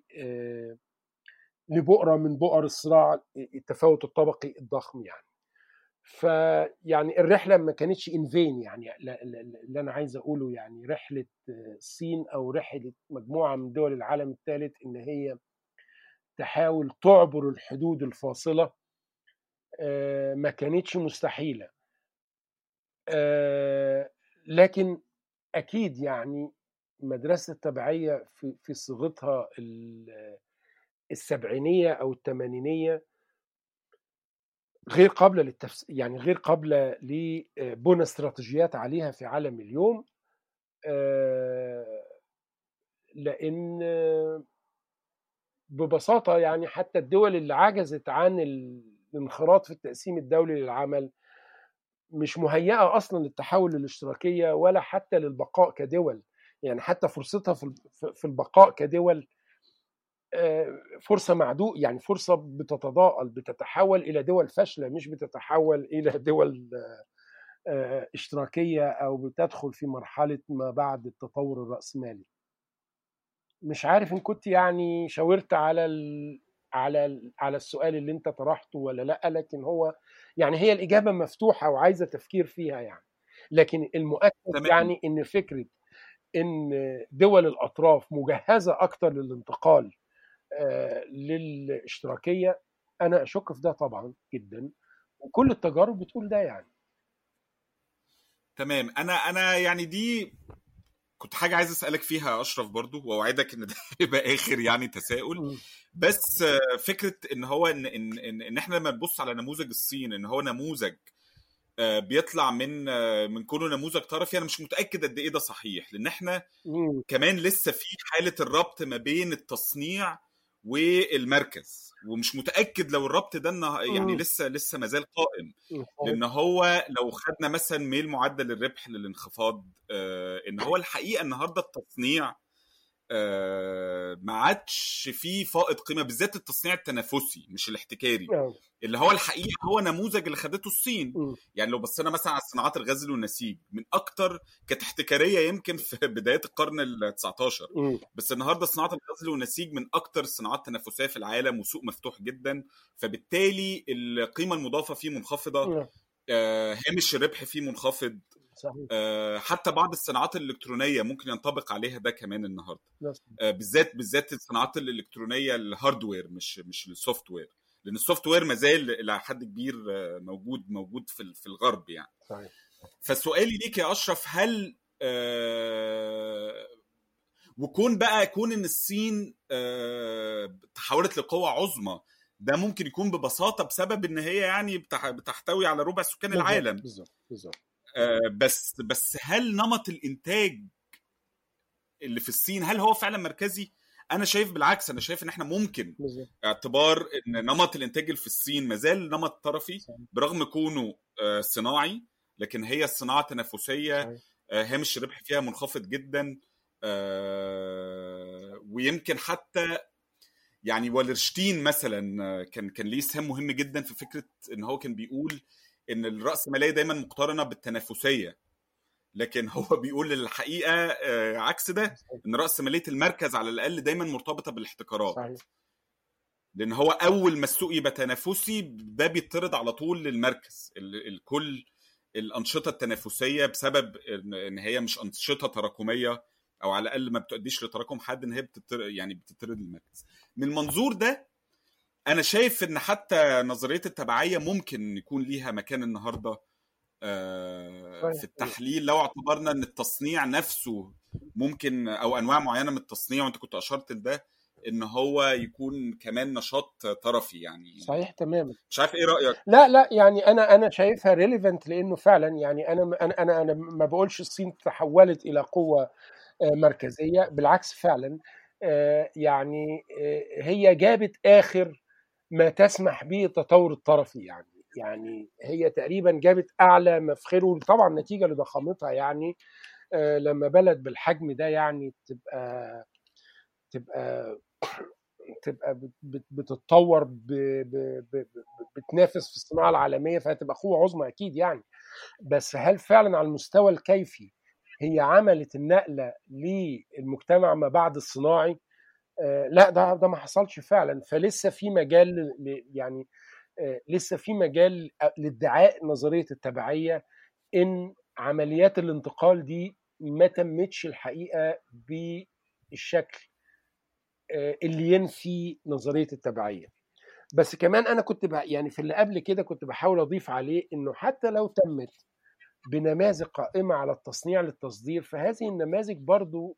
لبؤرة من بؤر الصراع التفاوت الطبقي الضخم يعني. فيعني الرحلة ما كانتش انفين، يعني اللي أنا عايز أقوله يعني رحلة الصين أو رحلة مجموعة من دول العالم الثالث إن هي تحاول تعبر الحدود الفاصلة ما كانتش مستحيلة. لكن أكيد يعني مدرسة التبعية في صيغتها السبعينية أو الثمانينية غير قابلة يعني غير قابلة لبنى استراتيجيات عليها في عالم اليوم، لأن ببساطة يعني حتى الدول اللي عجزت عن الانخراط في التقسيم الدولي للعمل مش مهيئة أصلا للتحول للاشتراكية ولا حتى للبقاء كدول. يعني حتى فرصتها في البقاء كدول فرصة معدوء، يعني فرصة بتتضاءل، بتتحول إلى دول فاشلة، مش بتتحول إلى دول اشتراكية أو بتدخل في مرحلة ما بعد التطور الرأسمالي. مش عارف إن كنت يعني شاورت على السؤال اللي أنت طرحته ولا لأ، لكن هو يعني هي الإجابة مفتوحة وعايزة تفكير فيها يعني. لكن المؤكد يعني إن فكرة إن دول الأطراف مجهزة أكتر للانتقال للاشتراكية، أنا أشك في ده طبعا جدا، وكل التجارب بتقول ده يعني. تمام. أنا يعني دي كنت حاجة عايز أسألك فيها يا أشرف برضو، وأوعدك إن ده يبقى آخر يعني تساؤل. بس فكرة إن هو إن إحنا لما نبص على نموذج الصين إن هو نموذج بيطلع من كونه نموذج طرفي، أنا مش متأكد قد إيه ده صحيح، لأن إحنا كمان لسه في حالة الربط ما بين التصنيع والمركز، ومش متأكد لو الربط ده يعني لسه مازال قائم. لأن هو لو خدنا مثلا ميل معدل الربح للانخفاض، إن هو الحقيقة النهاردة التصنيع ما عادش فيه فائض قيمه، بالذات التصنيع التنافسي مش الاحتكاري، اللي هو الحقيقه هو نموذج اللي خدته الصين. يعني لو بصينا مثلا على صناعات الغزل والنسيج، من اكتر كانت احتكاريه يمكن في بدايه القرن ال19، بس النهارده صناعه الغزل والنسيج من اكتر الصناعات التنافسيه في العالم، وسوق مفتوح جدا، فبالتالي القيمه المضافه فيه منخفضه، هامش الربح فيه منخفض. صحيح. حتى بعض الصناعات الالكترونيه ممكن ينطبق عليها ده كمان النهارده، بالذات الصناعات الالكترونيه الهاردوير مش السوفت وير، لان السوفت وير مازال الى حد كبير موجود في الغرب يعني. صحيح. فسؤالي ليك يا اشرف، هل وكون ان الصين تحولت لقوة عظمى، ده ممكن يكون ببساطة بسبب ان هي يعني بتحتوي على ربع سكان العالم. بالظبط. بس هل نمط الانتاج اللي في الصين هل هو فعلا مركزي؟ انا شايف بالعكس، انا شايف ان احنا ممكن اعتبار ان نمط الانتاج اللي في الصين مازال نمط طرفي برغم كونه صناعي، لكن هي الصناعة تنافسية، هامش الربح فيها منخفض جدا. ويمكن حتى يعني والرشتين مثلا كان ليه سهم مهم جدا في فكرة ان هو كان بيقول ان الرأسمالية دايما مقترنة بالتنافسية، لكن هو بيقول الحقيقة عكس ده، ان رأسمالية المركز على الأقل دايما مرتبطة بالاحتكارات. صحيح. لان هو اول ما السوق يبقى تنافسي ده بيطرد على طول للمركز. الكل الأنشطة التنافسية بسبب ان هي مش أنشطة تراكمية، او على الاقل ما بتؤديش لتراكم حد، ان هي بتطرد المركز. من المنظور ده انا شايف ان حتى نظريه التبعيه ممكن يكون ليها مكان النهارده في التحليل، لو اعتبرنا ان التصنيع نفسه ممكن، او انواع معينه من التصنيع، وانت كنت اشرت لده، ان هو يكون كمان نشاط طرفي يعني. صحيح تماما. مش عارف ايه رايك؟ لا يعني انا شايفها ريليفنت، لانه فعلا يعني انا ما بقولش الصين تحولت الى قوه مركزيه، بالعكس فعلا يعني هي جابت اخر ما تسمح به التطور الطرفي، يعني هي تقريبا جابت اعلى مفخره، طبعا نتيجه لضخامتها يعني. لما بلد بالحجم ده يعني تبقى بتتطور بتنافس في الصناعه العالميه، فهتبقى قوه عظمى اكيد يعني. بس هل فعلا على المستوى الكيفي هي عملت النقله للمجتمع ما بعد الصناعي؟ لا، ده ما حصلش فعلا. فلسه في مجال يعني لسه في مجال لادعاء نظريه التبعيه ان عمليات الانتقال دي ما تمتش الحقيقه بالشكل اللي ينفي نظريه التبعيه. بس كمان انا كنت يعني في اللي قبل كده كنت بحاول اضيف عليه انه حتى لو تمت بنماذج قائمه على التصنيع للتصدير، فهذه النماذج برضو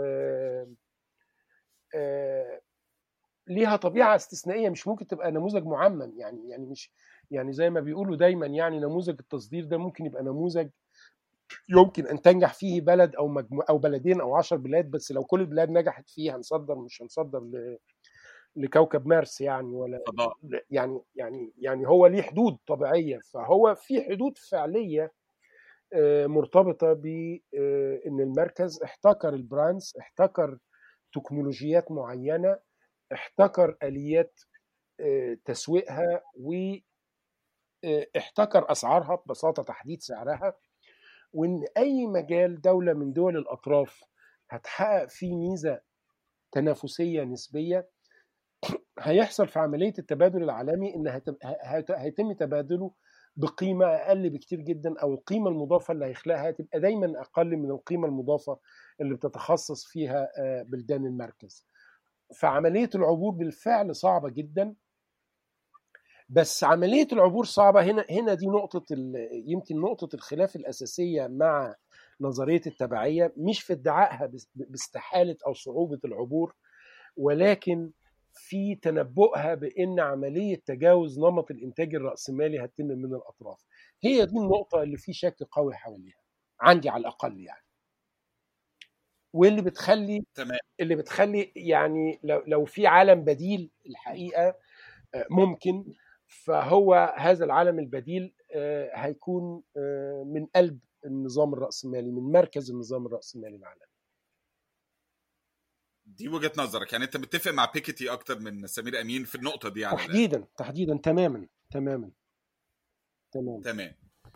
ليها طبيعه استثنائيه، مش ممكن تبقى نموذج معمم يعني مش يعني زي ما بيقولوا دايما يعني نموذج التصدير ده ممكن يبقى نموذج يمكن ان تنجح فيه بلد او بلدين او 10 بلاد، بس لو كل البلاد نجحت فيه هنصدر، مش هنصدر لكوكب مارس يعني، ولا يعني هو ليه حدود طبيعيه، فهو في حدود فعليه مرتبطه بان المركز احتكر البراندز، احتكر تكنولوجيات معينه، احتكر اليات تسويقها، واحتكر اسعارها، ببساطه تحديد سعرها. وان اي مجال دوله من دول الاطراف هتحقق فيه ميزه تنافسيه نسبيه، هيحصل في عمليه التبادل العالمي ان هيتم تبادله بقيمه اقل بكتير جدا، او القيمه المضافه اللي هيخلقها هتبقى دايما اقل من القيمه المضافه اللي بتتخصص فيها بلدان المركز. فعمليه العبور بالفعل صعبه جدا، بس عمليه العبور صعبه هنا دي يمكن نقطه الخلاف الاساسيه مع نظريه التبعيه، مش في ادعائها باستحاله او صعوبه العبور، ولكن في تنبؤها بان عمليه تجاوز نمط الانتاج الراسمالي هتتم من الاطراف. هي دي النقطه اللي في شك قوي حواليها عندي على الاقل يعني، واللي بتخلي يعني لو في عالم بديل الحقيقه ممكن، فهو هذا العالم البديل هيكون من قلب النظام الرأسمالي، من مركز النظام الرأسمالي العالمي. دي وجهة نظرك، يعني انت متفق مع بيكيتي اكتر من سمير امين في النقطة دي على الأقل. تحديدا تماما. تمام.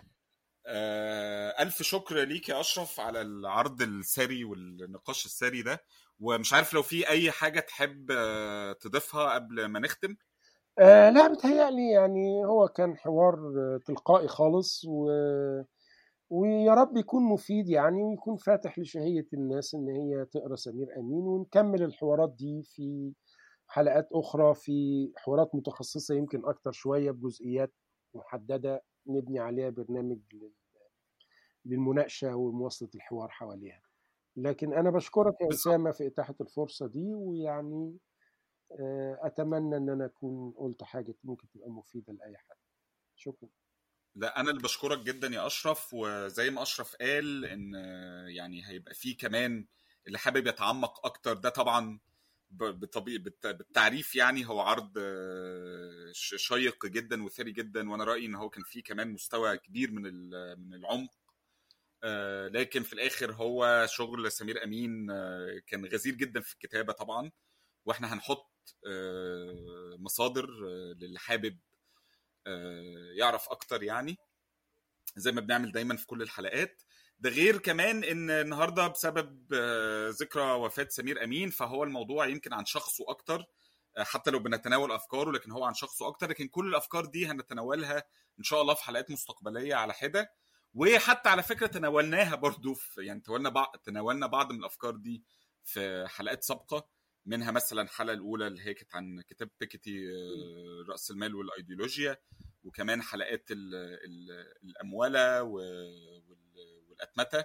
ألف شكر ليك يا أشرف على العرض السري والنقاش السري ده، ومش عارف لو في أي حاجة تحب تضيفها قبل ما نختم. لا بتهيألي يعني هو كان حوار تلقائي خالص، ويا رب يكون مفيد يعني، ويكون فاتح لشهية الناس إن هي تقرأ سمير أمين، ونكمل الحوارات دي في حلقات أخرى، في حوارات متخصصة يمكن أكتر شوية بجزئيات محددة نبني عليها برنامج للمناقشة ومواصلة الحوار حواليها. لكن أنا بشكرك يا بالظبط. أسامة في إتاحة الفرصة دي، ويعني أتمنى أن أنا أكون قلت حاجة ممكن تبقى مفيدة لأي حد. شكرا. لا، أنا اللي بشكرك جدا يا أشرف، وزي ما أشرف قال إن يعني هيبقى فيه كمان اللي حابب يتعمق أكتر، ده طبعا بالتعريف يعني هو عرض شيق جدا وثري جدا، وانا رايي ان هو كان فيه كمان مستوى كبير من العمق. لكن في الاخر هو شغل سمير امين كان غزير جدا في الكتابه طبعا، واحنا هنحط مصادر للي حابب يعرف اكتر، يعني زي ما بنعمل دايما في كل الحلقات. ده غير كمان ان النهارده بسبب ذكرى وفاة سمير امين، فهو الموضوع يمكن عن شخصه اكتر، حتى لو بنتناول افكاره لكن هو عن شخصه اكتر. لكن كل الافكار دي هنتناولها ان شاء الله في حلقات مستقبليه على حده، وحتى على فكره تناولناها برضو في يعني تناولنا بعض من الافكار دي في حلقات سابقه، منها مثلا الحلقه الاولى اللي هي كانت عن كتاب بيكيتي راس المال والايديولوجيا، وكمان حلقات الأمولة والأتمتة،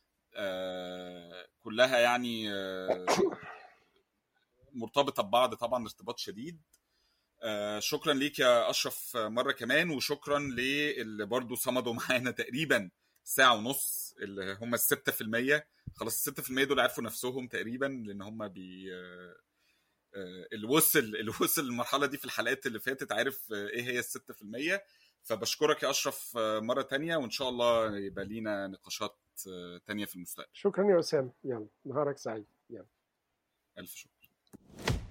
كلها يعني مرتبطة ببعض طبعا ارتباط شديد. شكرا ليك يا أشرف مرة كمان، وشكرا للي برضو صمدوا معانا تقريبا ساعة ونص، اللي هم 6%. خلاص 6% دول عرفوا نفسهم تقريبا، لأن هم اللي وصل المرحلة دي في الحلقات اللي فاتت عارف ايه هي 6%. فبشكرك يا أشرف مرة تانية، وإن شاء الله يبقى لينا نقاشات تانية في المستقبل. شكرا يا أسامة، يلا نهارك سعيد. يلا ألف شكر.